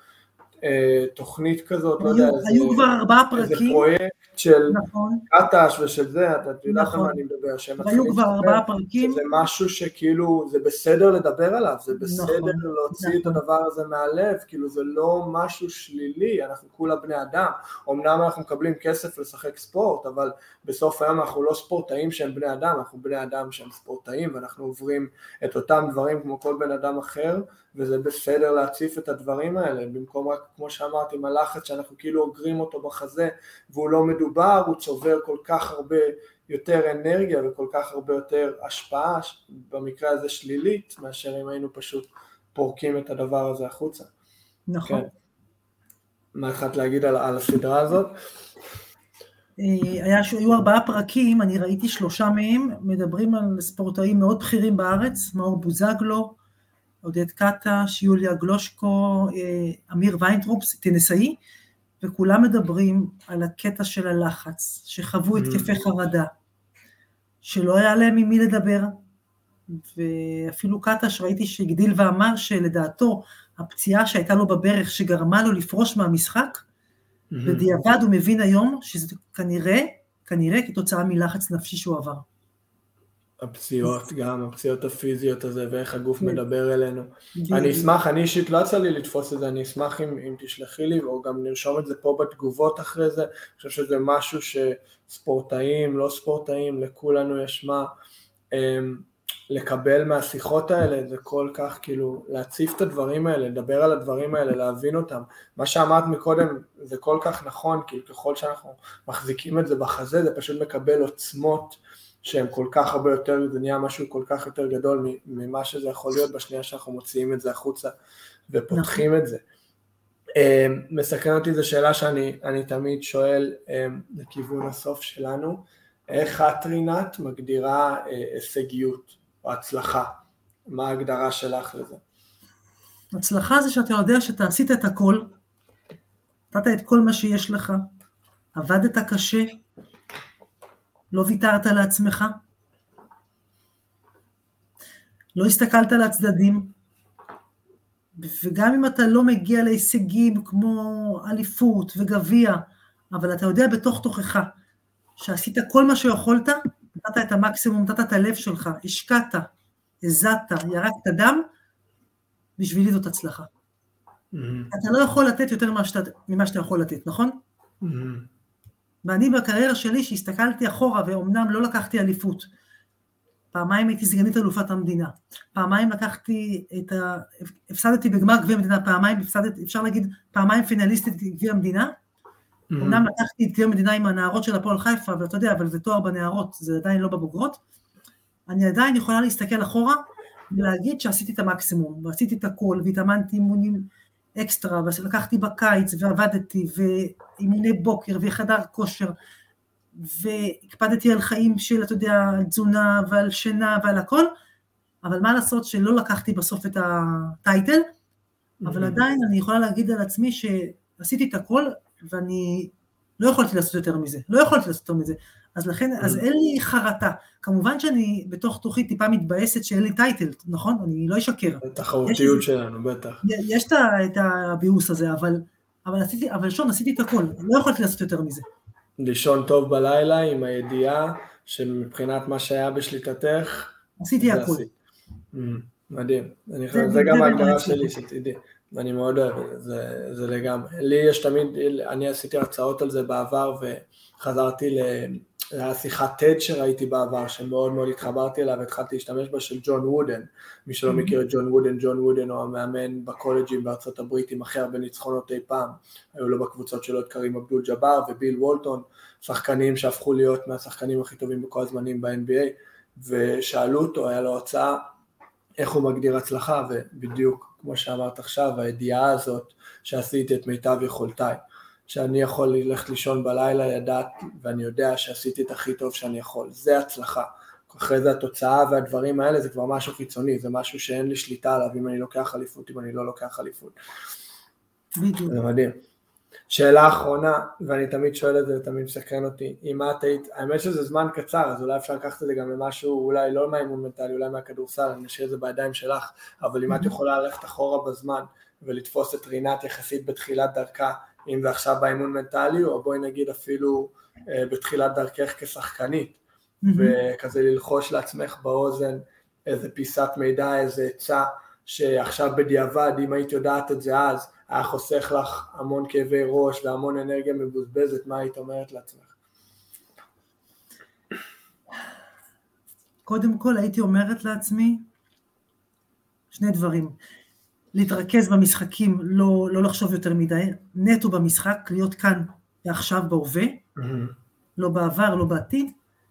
[SPEAKER 1] תוכנית כזאת, לא יודע,
[SPEAKER 2] היו כבר 4 פרקים.
[SPEAKER 1] איזה פרויקט של קטש ושל זה, אתה יודעת מה אני מדבר,
[SPEAKER 2] היו כבר 4 פרקים.
[SPEAKER 1] זה משהו שכאילו, זה בסדר לדבר עליו, זה בסדר להוציא את הדבר הזה מהלב, כאילו זה לא משהו שלילי, אנחנו כולה בני אדם, אמנם אנחנו מקבלים כסף לשחק ספורט, אבל בסוף היום אנחנו לא ספורטאים שהם בני אדם, אנחנו בני אדם שהם ספורטאים, ואנחנו עוברים את אותם דברים כמו כל בן אדם אחר, וזה בסדר להציף את הדברים האלה, במקום רק, כמו שאמרתי, מלחץ שאנחנו כאילו אוגרים אותו בחזה, והוא לא מדובר, הוא צובר כל כך הרבה יותר אנרגיה, וכל כך הרבה יותר השפעה, במקרה הזה שלילית, מאשר אם היינו פשוט פורקים את הדבר הזה החוצה.
[SPEAKER 2] נכון. כן.
[SPEAKER 1] מה התחלת להגיד על הסדרה הזאת?
[SPEAKER 2] היו 4 פרקים, אני ראיתי 3 מהם, מדברים על ספורטאים מאוד בכירים בארץ, מאור בוזגלו, עודד קטש, יוליה גלושקו, אמיר ויינטרופס, טניסאי, וכולם מדברים על הקטע של הלחץ, שחוו התקפי חרדה, שלא היה להם עם מי לדבר, ואפילו קטש ראיתי שהגדיל ואמר שלדעתו, הפציעה שהייתה לו בברך שגרמה לו לפרוש מהמשחק, בדיעבד הוא מבין היום שזה כנראה כתוצאה מלחץ נפשי שהוא עבר.
[SPEAKER 1] הפציעות גם, הפציעות הפיזיות הזה, ואיך הגוף מדבר אלינו. אני אשמח, אני אישית לא יצא לי לתפוס את זה, אני אשמח אם תשלחי לי, או גם נרשום את זה פה בתגובות אחרי זה. אני חושב שזה משהו שספורטאים, לא ספורטאים, לכולנו יש מה לקבל מהשיחות האלה, זה כל כך כאילו להציף את הדברים האלה, לדבר על הדברים האלה, להבין אותם. מה שאמרת מקודם זה כל כך נכון, כי ככל שאנחנו מחזיקים את זה בחזה, זה פשוט מקבל עוצמות שהם כל כך הרבה יותר, זה נהיה משהו כל כך יותר גדול ממה שזה יכול להיות בשנייה שאנחנו מוציאים את זה החוצה ופותחים את זה. מסקרן אותי זו שאלה שאני תמיד שואל לכיוון הסוף שלנו, איך את רינת מגדירה הישגיות או הצלחה? מה ההגדרה שלך לזה?
[SPEAKER 2] הצלחה זה שאתה יודע שאתה עשית את הכל, נתת את כל מה שיש לך, עבדת קשה, לא ויתרת לעצמך, לא הסתכלת על הצדדים, וגם אם אתה לא מגיע להישגים כמו אליפות וגביע, אבל אתה יודע בתוך תוכך, שעשית כל מה שיכולת, נתת את המקסימום, נתת את הלב שלך, השקעת, הזעת, ירקת דם, בשבילי זאת הצלחה. אתה לא יכול לתת יותר ממה שאתה יכול לתת, נכון? ואני בקריירה שלי שהסתכלתי אחורה, ואומנם לא לקחתי אליפות, פעמיים הייתי סגנית אלופת המדינה, פעמיים הפסדתי בגמר גביע המדינה, פעמיים אפשר להגיד, פעמיים פינליסטית גביע המדינה, אומנם לקחתי את גביע המדינה עם הנערות של הפועל חיפה, ואתה יודע, אבל זה תואר בנערות, זה עדיין לא בבוגרות, אני עדיין יכולה להסתכל אחורה, ולהגיד שעשיתי את המקסימום, ועשיתי את הכל, והתאמנתי אימונים אקסטרה, ולקחתי בקיץ, ועבדתי, ואימוני בוקר, וחדר כושר, והקפדתי על חיים של, אתה יודע, על תזונה, ועל שינה, ועל הכל, אבל מה לעשות שלא לקחתי בסוף את הטייטל, אבל עדיין אני יכולה להגיד על עצמי שעשיתי את הכל, ואני לא יכולתי לעשות יותר מזה, אז לכן, אז אין לי חרטה, כמובן שאני בתוך תוכי טיפה מתבאסת שאין לי טייטל, נכון? אני לא אשקר.
[SPEAKER 1] התחרותיות שלנו, בטח.
[SPEAKER 2] יש את הביאוס הזה, אבל שון, עשיתי את הכל, לא יכולתי לעשות יותר מזה.
[SPEAKER 1] לישון טוב בלילה עם הידיעה שמבחינת מה שהיה בשליטתך,
[SPEAKER 2] עשיתי הכל.
[SPEAKER 1] מדהים, זה גם ההגדרה שלי שתדעי, ואני מאוד אוהב, זה לגמרי. לי יש תמיד, אני עשיתי הרצאות על זה בעבר, וחזרתי לשיחת TED שראיתי בעבר, שמאוד מאוד התחברתי אליה, והתחלתי להשתמש בה של ג'ון וודן, מי שלא מכיר את ג'ון וודן הוא המאמן בקולג'ים בארצות הברית, עם הכי הרבה ניצחונות אי פעם, היו לו בקבוצות שלו את קרים אבדול ג'אבר וביל וולטון, שחקנים שהפכו להיות מהשחקנים הכי טובים בכל הזמנים ב-NBA, ושאלו אותו, היה לו הצעה, איך הוא מגדיר הצלחה, ובדיוק כמו שאמרת עכשיו, הידיעה הזאת שעשיתי את מיטב יכולתיי, שאני יכול ללכת לישון בלילה, ידעת, ואני יודע שעשיתי את הכי טוב שאני יכול, זה הצלחה. אחרי זה התוצאה והדברים האלה, זה כבר משהו חיצוני, זה משהו שאין לי שליטה עליו, אם אני לוקח אליפות, אם אני לא לוקח אליפות.
[SPEAKER 2] בדיוק.
[SPEAKER 1] זה מדהים. שאלה אחרונה, ואני תמיד שואל את זה, תמיד מסקרן אותי, אם את היית, האמת שזה זמן קצר, אז אולי אפשר לקחת את זה גם למשהו, אולי לא מהאימון מנטלי, אולי מהכדורסל, אני אשאיר את זה בידיים שלך, אבל אם את יכולה ללכת אחורה בזמן, ולתפוס את רינת יחסית בתחילת דרכה, אם זה עכשיו באימון מנטלי, או בואי נגיד אפילו בתחילת דרכך כשחקנית, וכזה ללחוש לעצמך באוזן, איזה פיסת מידע, איזה עצה, שעכשיו בדיעבד, אם היית יודעת את זה אז, היה חוסך לך המון כאבי ראש והמון אנרגיה מבוזבזת, מה היית אומרת לעצמך?
[SPEAKER 2] קודם כל הייתי אומרת לעצמי שני דברים, להתרכז במשחקים, לא לחשוב יותר מדי, נטו במשחק, להיות כאן ועכשיו בהווה, לא בעבר, לא בעתיד,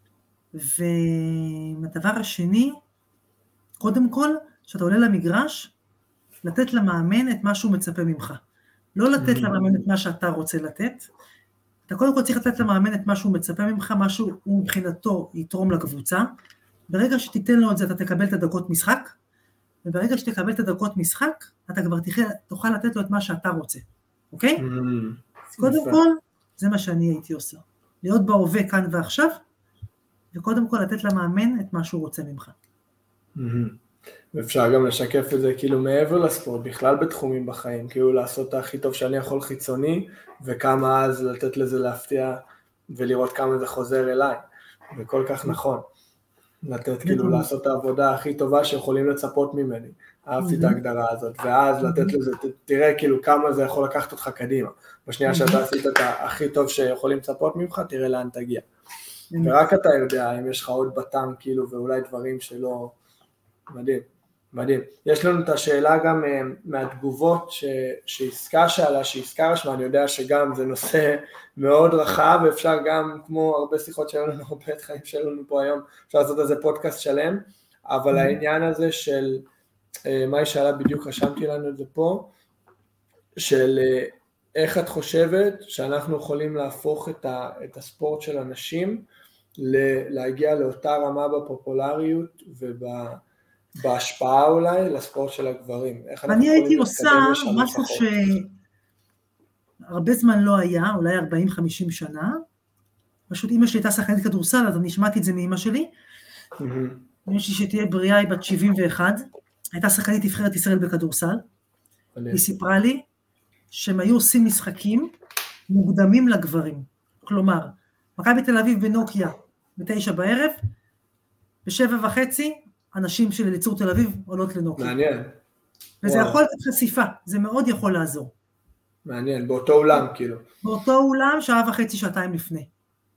[SPEAKER 2] והדבר השני, קודם כל, שאתה עולה למגרש, לתת למאמן את מה שהוא מצפה ממך. לא לתת למאמן את מה שאתה רוצה לתת, אתה קודם כל צריך לתת למאמן את מה שהוא מצפה ממך, מה שהוא מבחינתו יתרום לקבוצה, ברגע שתיתן לו את זה אתה תקבל את הדקות משחק, וברגע שתקבל את הדקות משחק, אתה כבר תוכל לתת לו את מה שאתה רוצה, אוקיי? אז קודם כל, זה מה שאני הייתי עושה. להיות בהווה כאן ועכשיו, וקודם כל לתת למאמן את מה שהוא רוצה ממך.
[SPEAKER 1] ואפשר גם לשקף את זה כאילו מעבר לספורט, בכלל בתחומים בחיים, כאילו לעשות את הכי טוב שאני יכול חיצוני, וכמה אז לתת לזה להפתיע, ולראות כמה זה חוזר אליי, וכל כך נכון. לתת כאילו לעשות את העבודה הכי טובה שיכולים לצפות ממני, אהבתי את ההגדרה הזאת, ואז לתת לזה, תראה כאילו כמה זה יכול לקחת אותך קדימה, בשנייה שאתה עשית את הכי טוב שיכולים לצפות ממך, תראה לאן תגיע. ורק אתה יודע אם יש לך עוד בטעם כאילו, ואולי דברים שלא, מדהים, מדהים. יש לנו את השאלה גם מהתגובות שעסקה שאלה, שעסקה רשמה, אני יודע שגם זה נושא מאוד רחב, ואפשר גם, כמו הרבה שיחות שהיו לנו, הרבה חיים שהיו לנו פה היום, אפשר לעשות איזה פודקאסט שלם, אבל העניין הזה של, מה היא שאלה בדיוק, רשמתי לנו את זה פה, של איך את חושבת שאנחנו יכולים להפוך את הספורט של אנשים, להגיע לאותה רמה בפופולריות בהשפעה אולי לספורט של הגברים.
[SPEAKER 2] אני הייתי עושה משהו שהרבה זמן לא היה, אולי 40-50 שנה, פשוט אמא שלי הייתה שחקנית כדורסל, אז אני שמעתי את זה מאמא שלי, אמא שלי שתהיה בריאה היא בת 71, הייתה שחקנית נבחרת ישראל בכדורסל, היא סיפרה לי שהם היו עושים משחקים מוקדמים לגברים, כלומר, מכבי תל אביב בנוקיה, ב9 בערב, ב7:30, אנשים של אליצור תל אביב עולות לנוקיה.
[SPEAKER 1] מעניין.
[SPEAKER 2] וזה יכול לתת חשיפה, זה מאוד יכול לעזור.
[SPEAKER 1] מעניין, באותו אולם כאילו.
[SPEAKER 2] באותו אולם, 1.5 שעתיים לפני.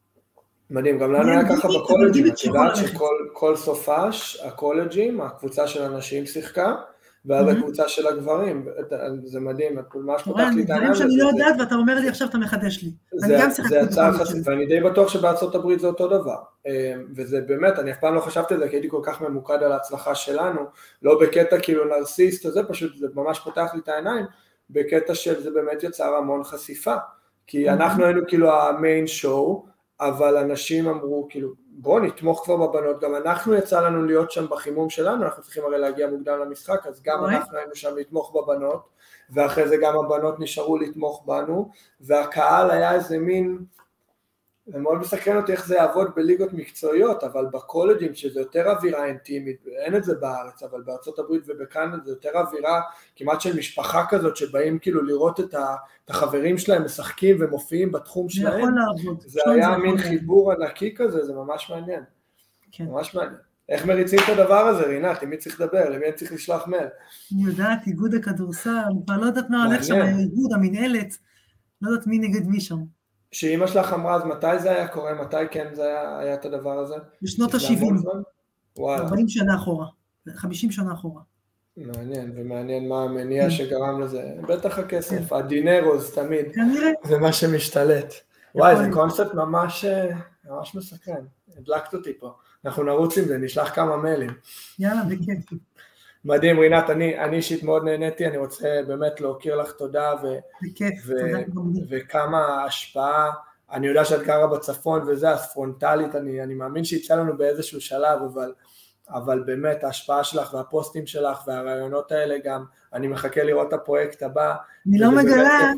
[SPEAKER 1] מדהים, גם לנו היה ככה בקולג'ים, את יודעת שכל סופש, הקולג'ים, הקבוצה של הנשים שיחקה, ואז הקבוצה של הגברים, זה מדהים, את ממש פותחת לי את העניין.
[SPEAKER 2] דברים שאני לא יודעת, ואתה אומר לי עכשיו אתה מחדש לי.
[SPEAKER 1] זה יצא חסיד, ואני די בטוח שבארצות הברית זה אותו דבר, וזה באמת, אני אף פעם לא חשבתי על זה, כי הייתי כל כך ממוקד על ההצלחה שלנו, לא בקטע כאילו נרסיסט, זה פשוט, זה ממש פותח לי את העיניים, בקטע של זה באמת יצר המון חשיפה, כי אנחנו היינו כאילו המיין שואו, אבל אנשים אמרו כאילו, בוא נתמוך כבר בבנות, גם אנחנו יצא לנו להיות שם בחימום שלנו, אנחנו צריכים הרי להגיע מוקדם למשחק, אז גם אנחנו היינו שם לתמוך בבנות, ואחרי זה גם הבנות נשארו לתמוך בנו, והקהל היה איזה מין, זה מאוד מסקרן אותי איך זה יעבוד בליגות מקצועיות, אבל בקולג'ים שזה יותר אווירה אינטימית, אין את זה בארץ, אבל בארצות הברית ובקנדה זה יותר אווירה כמעט של משפחה כזאת, שבאים כאילו לראות את החברים שלהם משחקים ומופיעים בתחום שלהם, זה היה מין חיבור ענקי כזה, זה ממש מעניין, ממש מעניין. איך מריצים את הדבר הזה, רינת? למי צריך לדבר? למי צריך לשלוח מייל?
[SPEAKER 2] אני יודעת, איגוד הכדורסל, אני כבר לא יודעת מה הולך שם, האיגוד, המנהלת, לא יודעת מי נגד מי שם.
[SPEAKER 1] שאמא שלך אמרה, אז מתי זה היה קורה? מתי כן זה היה את הדבר הזה?
[SPEAKER 2] בשנות ה-70, 40 שנה אחורה, 50 שנה אחורה.
[SPEAKER 1] מעניין, ומעניין מה המניע שגרם לזה. בטח הכסף, הדינרוס תמיד, זה מה שמשתלט. וואי, זה קונספט ממש מסקרן, הדלקת אותי פה. אנחנו נרוץ עם זה, נשלח כמה מיילים.
[SPEAKER 2] יאללה, בכיף.
[SPEAKER 1] מדהים, רינת, אני אישית מאוד נהניתי, אני רוצה באמת להוקיר לך תודה, וכמה השפעה, אני יודע שאת גרה בצפון וזה, אז פרונטלית, אני מאמין שיצא לנו באיזשהו שלב, אבל באמת ההשפעה שלך והפוסטים שלך והרעיונות האלה גם, אני מחכה לראות את הפרויקט הבא.
[SPEAKER 2] אני לא מגלה.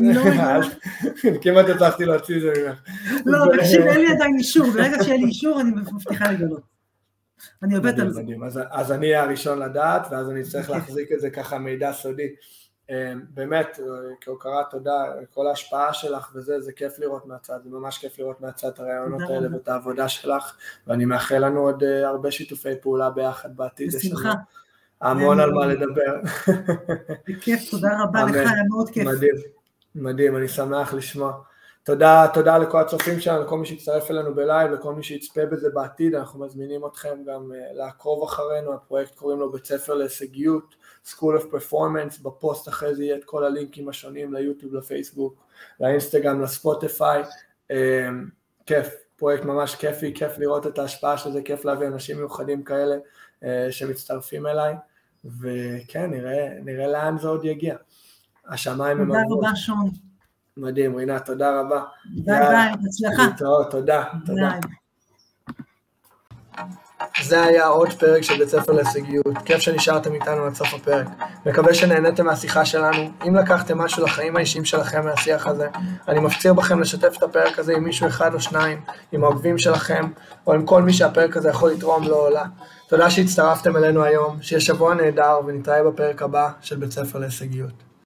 [SPEAKER 1] כמעט הצלחתי להוציא את זה ממך.
[SPEAKER 2] לא, תקשיב, אין לי עדיין אישור, ברגע שיהיה לי אישור אני מבטיחה לגלות. אני עובדת על זה.
[SPEAKER 1] אז אני אהיה הראשון לדעת, ואז אני צריך להחזיק את זה ככה מידע סודי. באמת, כהוקרת תודה, כל ההשפעה שלך וזה, זה כיף לראות מהצד, זה ממש כיף לראות מהצד את הרעיונות האלה ואת העבודה שלך, ואני מאחל לנו עוד הרבה שיתופי פעולה ביחד בעתיד.
[SPEAKER 2] בשמחה.
[SPEAKER 1] המון על מה לדבר.
[SPEAKER 2] בכיף, תודה רבה לך, היה מאוד כיף.
[SPEAKER 1] מדהים, מדהים, אני שמח לשמוע. תודה לכל הצופים שלנו, לכל מי שיצטרף אלינו בלייב, לכל מי שיצפה בזה בעתיד, אנחנו מזמינים אתכם גם לעקוב אחרינו, הפרויקט קוראים לו בית ספר להישגיות, School of Performance, בפוסט אחרי זה יהיה את כל הלינקים השונים ליוטיוב, לפייסבוק, לאינסטגרם, לספוטיפיי, כיף, פרויקט ממש כיפי, כיף לראות את ההשפעה של זה, כיף להביא אנשים מיוחדים כאלה שמצטרפים אליי, וכן, נראה לאן זה עוד יגיע. השמיים הם
[SPEAKER 2] תודה רבה שון.
[SPEAKER 1] מדהים, רינת, תודה רבה.
[SPEAKER 2] ביי ביי, הצלחה.
[SPEAKER 1] תודה. זה היה עוד פרק של בית ספר להישגיות. כיף שנשארתם איתנו עד סוף הפרק. מקווה שנהנתם מהשיחה שלנו. אם לקחתם משהו לחיים האישיים שלכם מהשיח הזה, אני מפציר בכם לשתף את הפרק הזה עם מישהו אחד או שניים, עם העוקבים שלכם, או עם כל מי שהפרק הזה יכול לתרום לו או לה. תודה שהצטרפתם אלינו היום, שיהיה שבוע נהדר, ונתראה בפרק הבא של בית ספר להישגיות.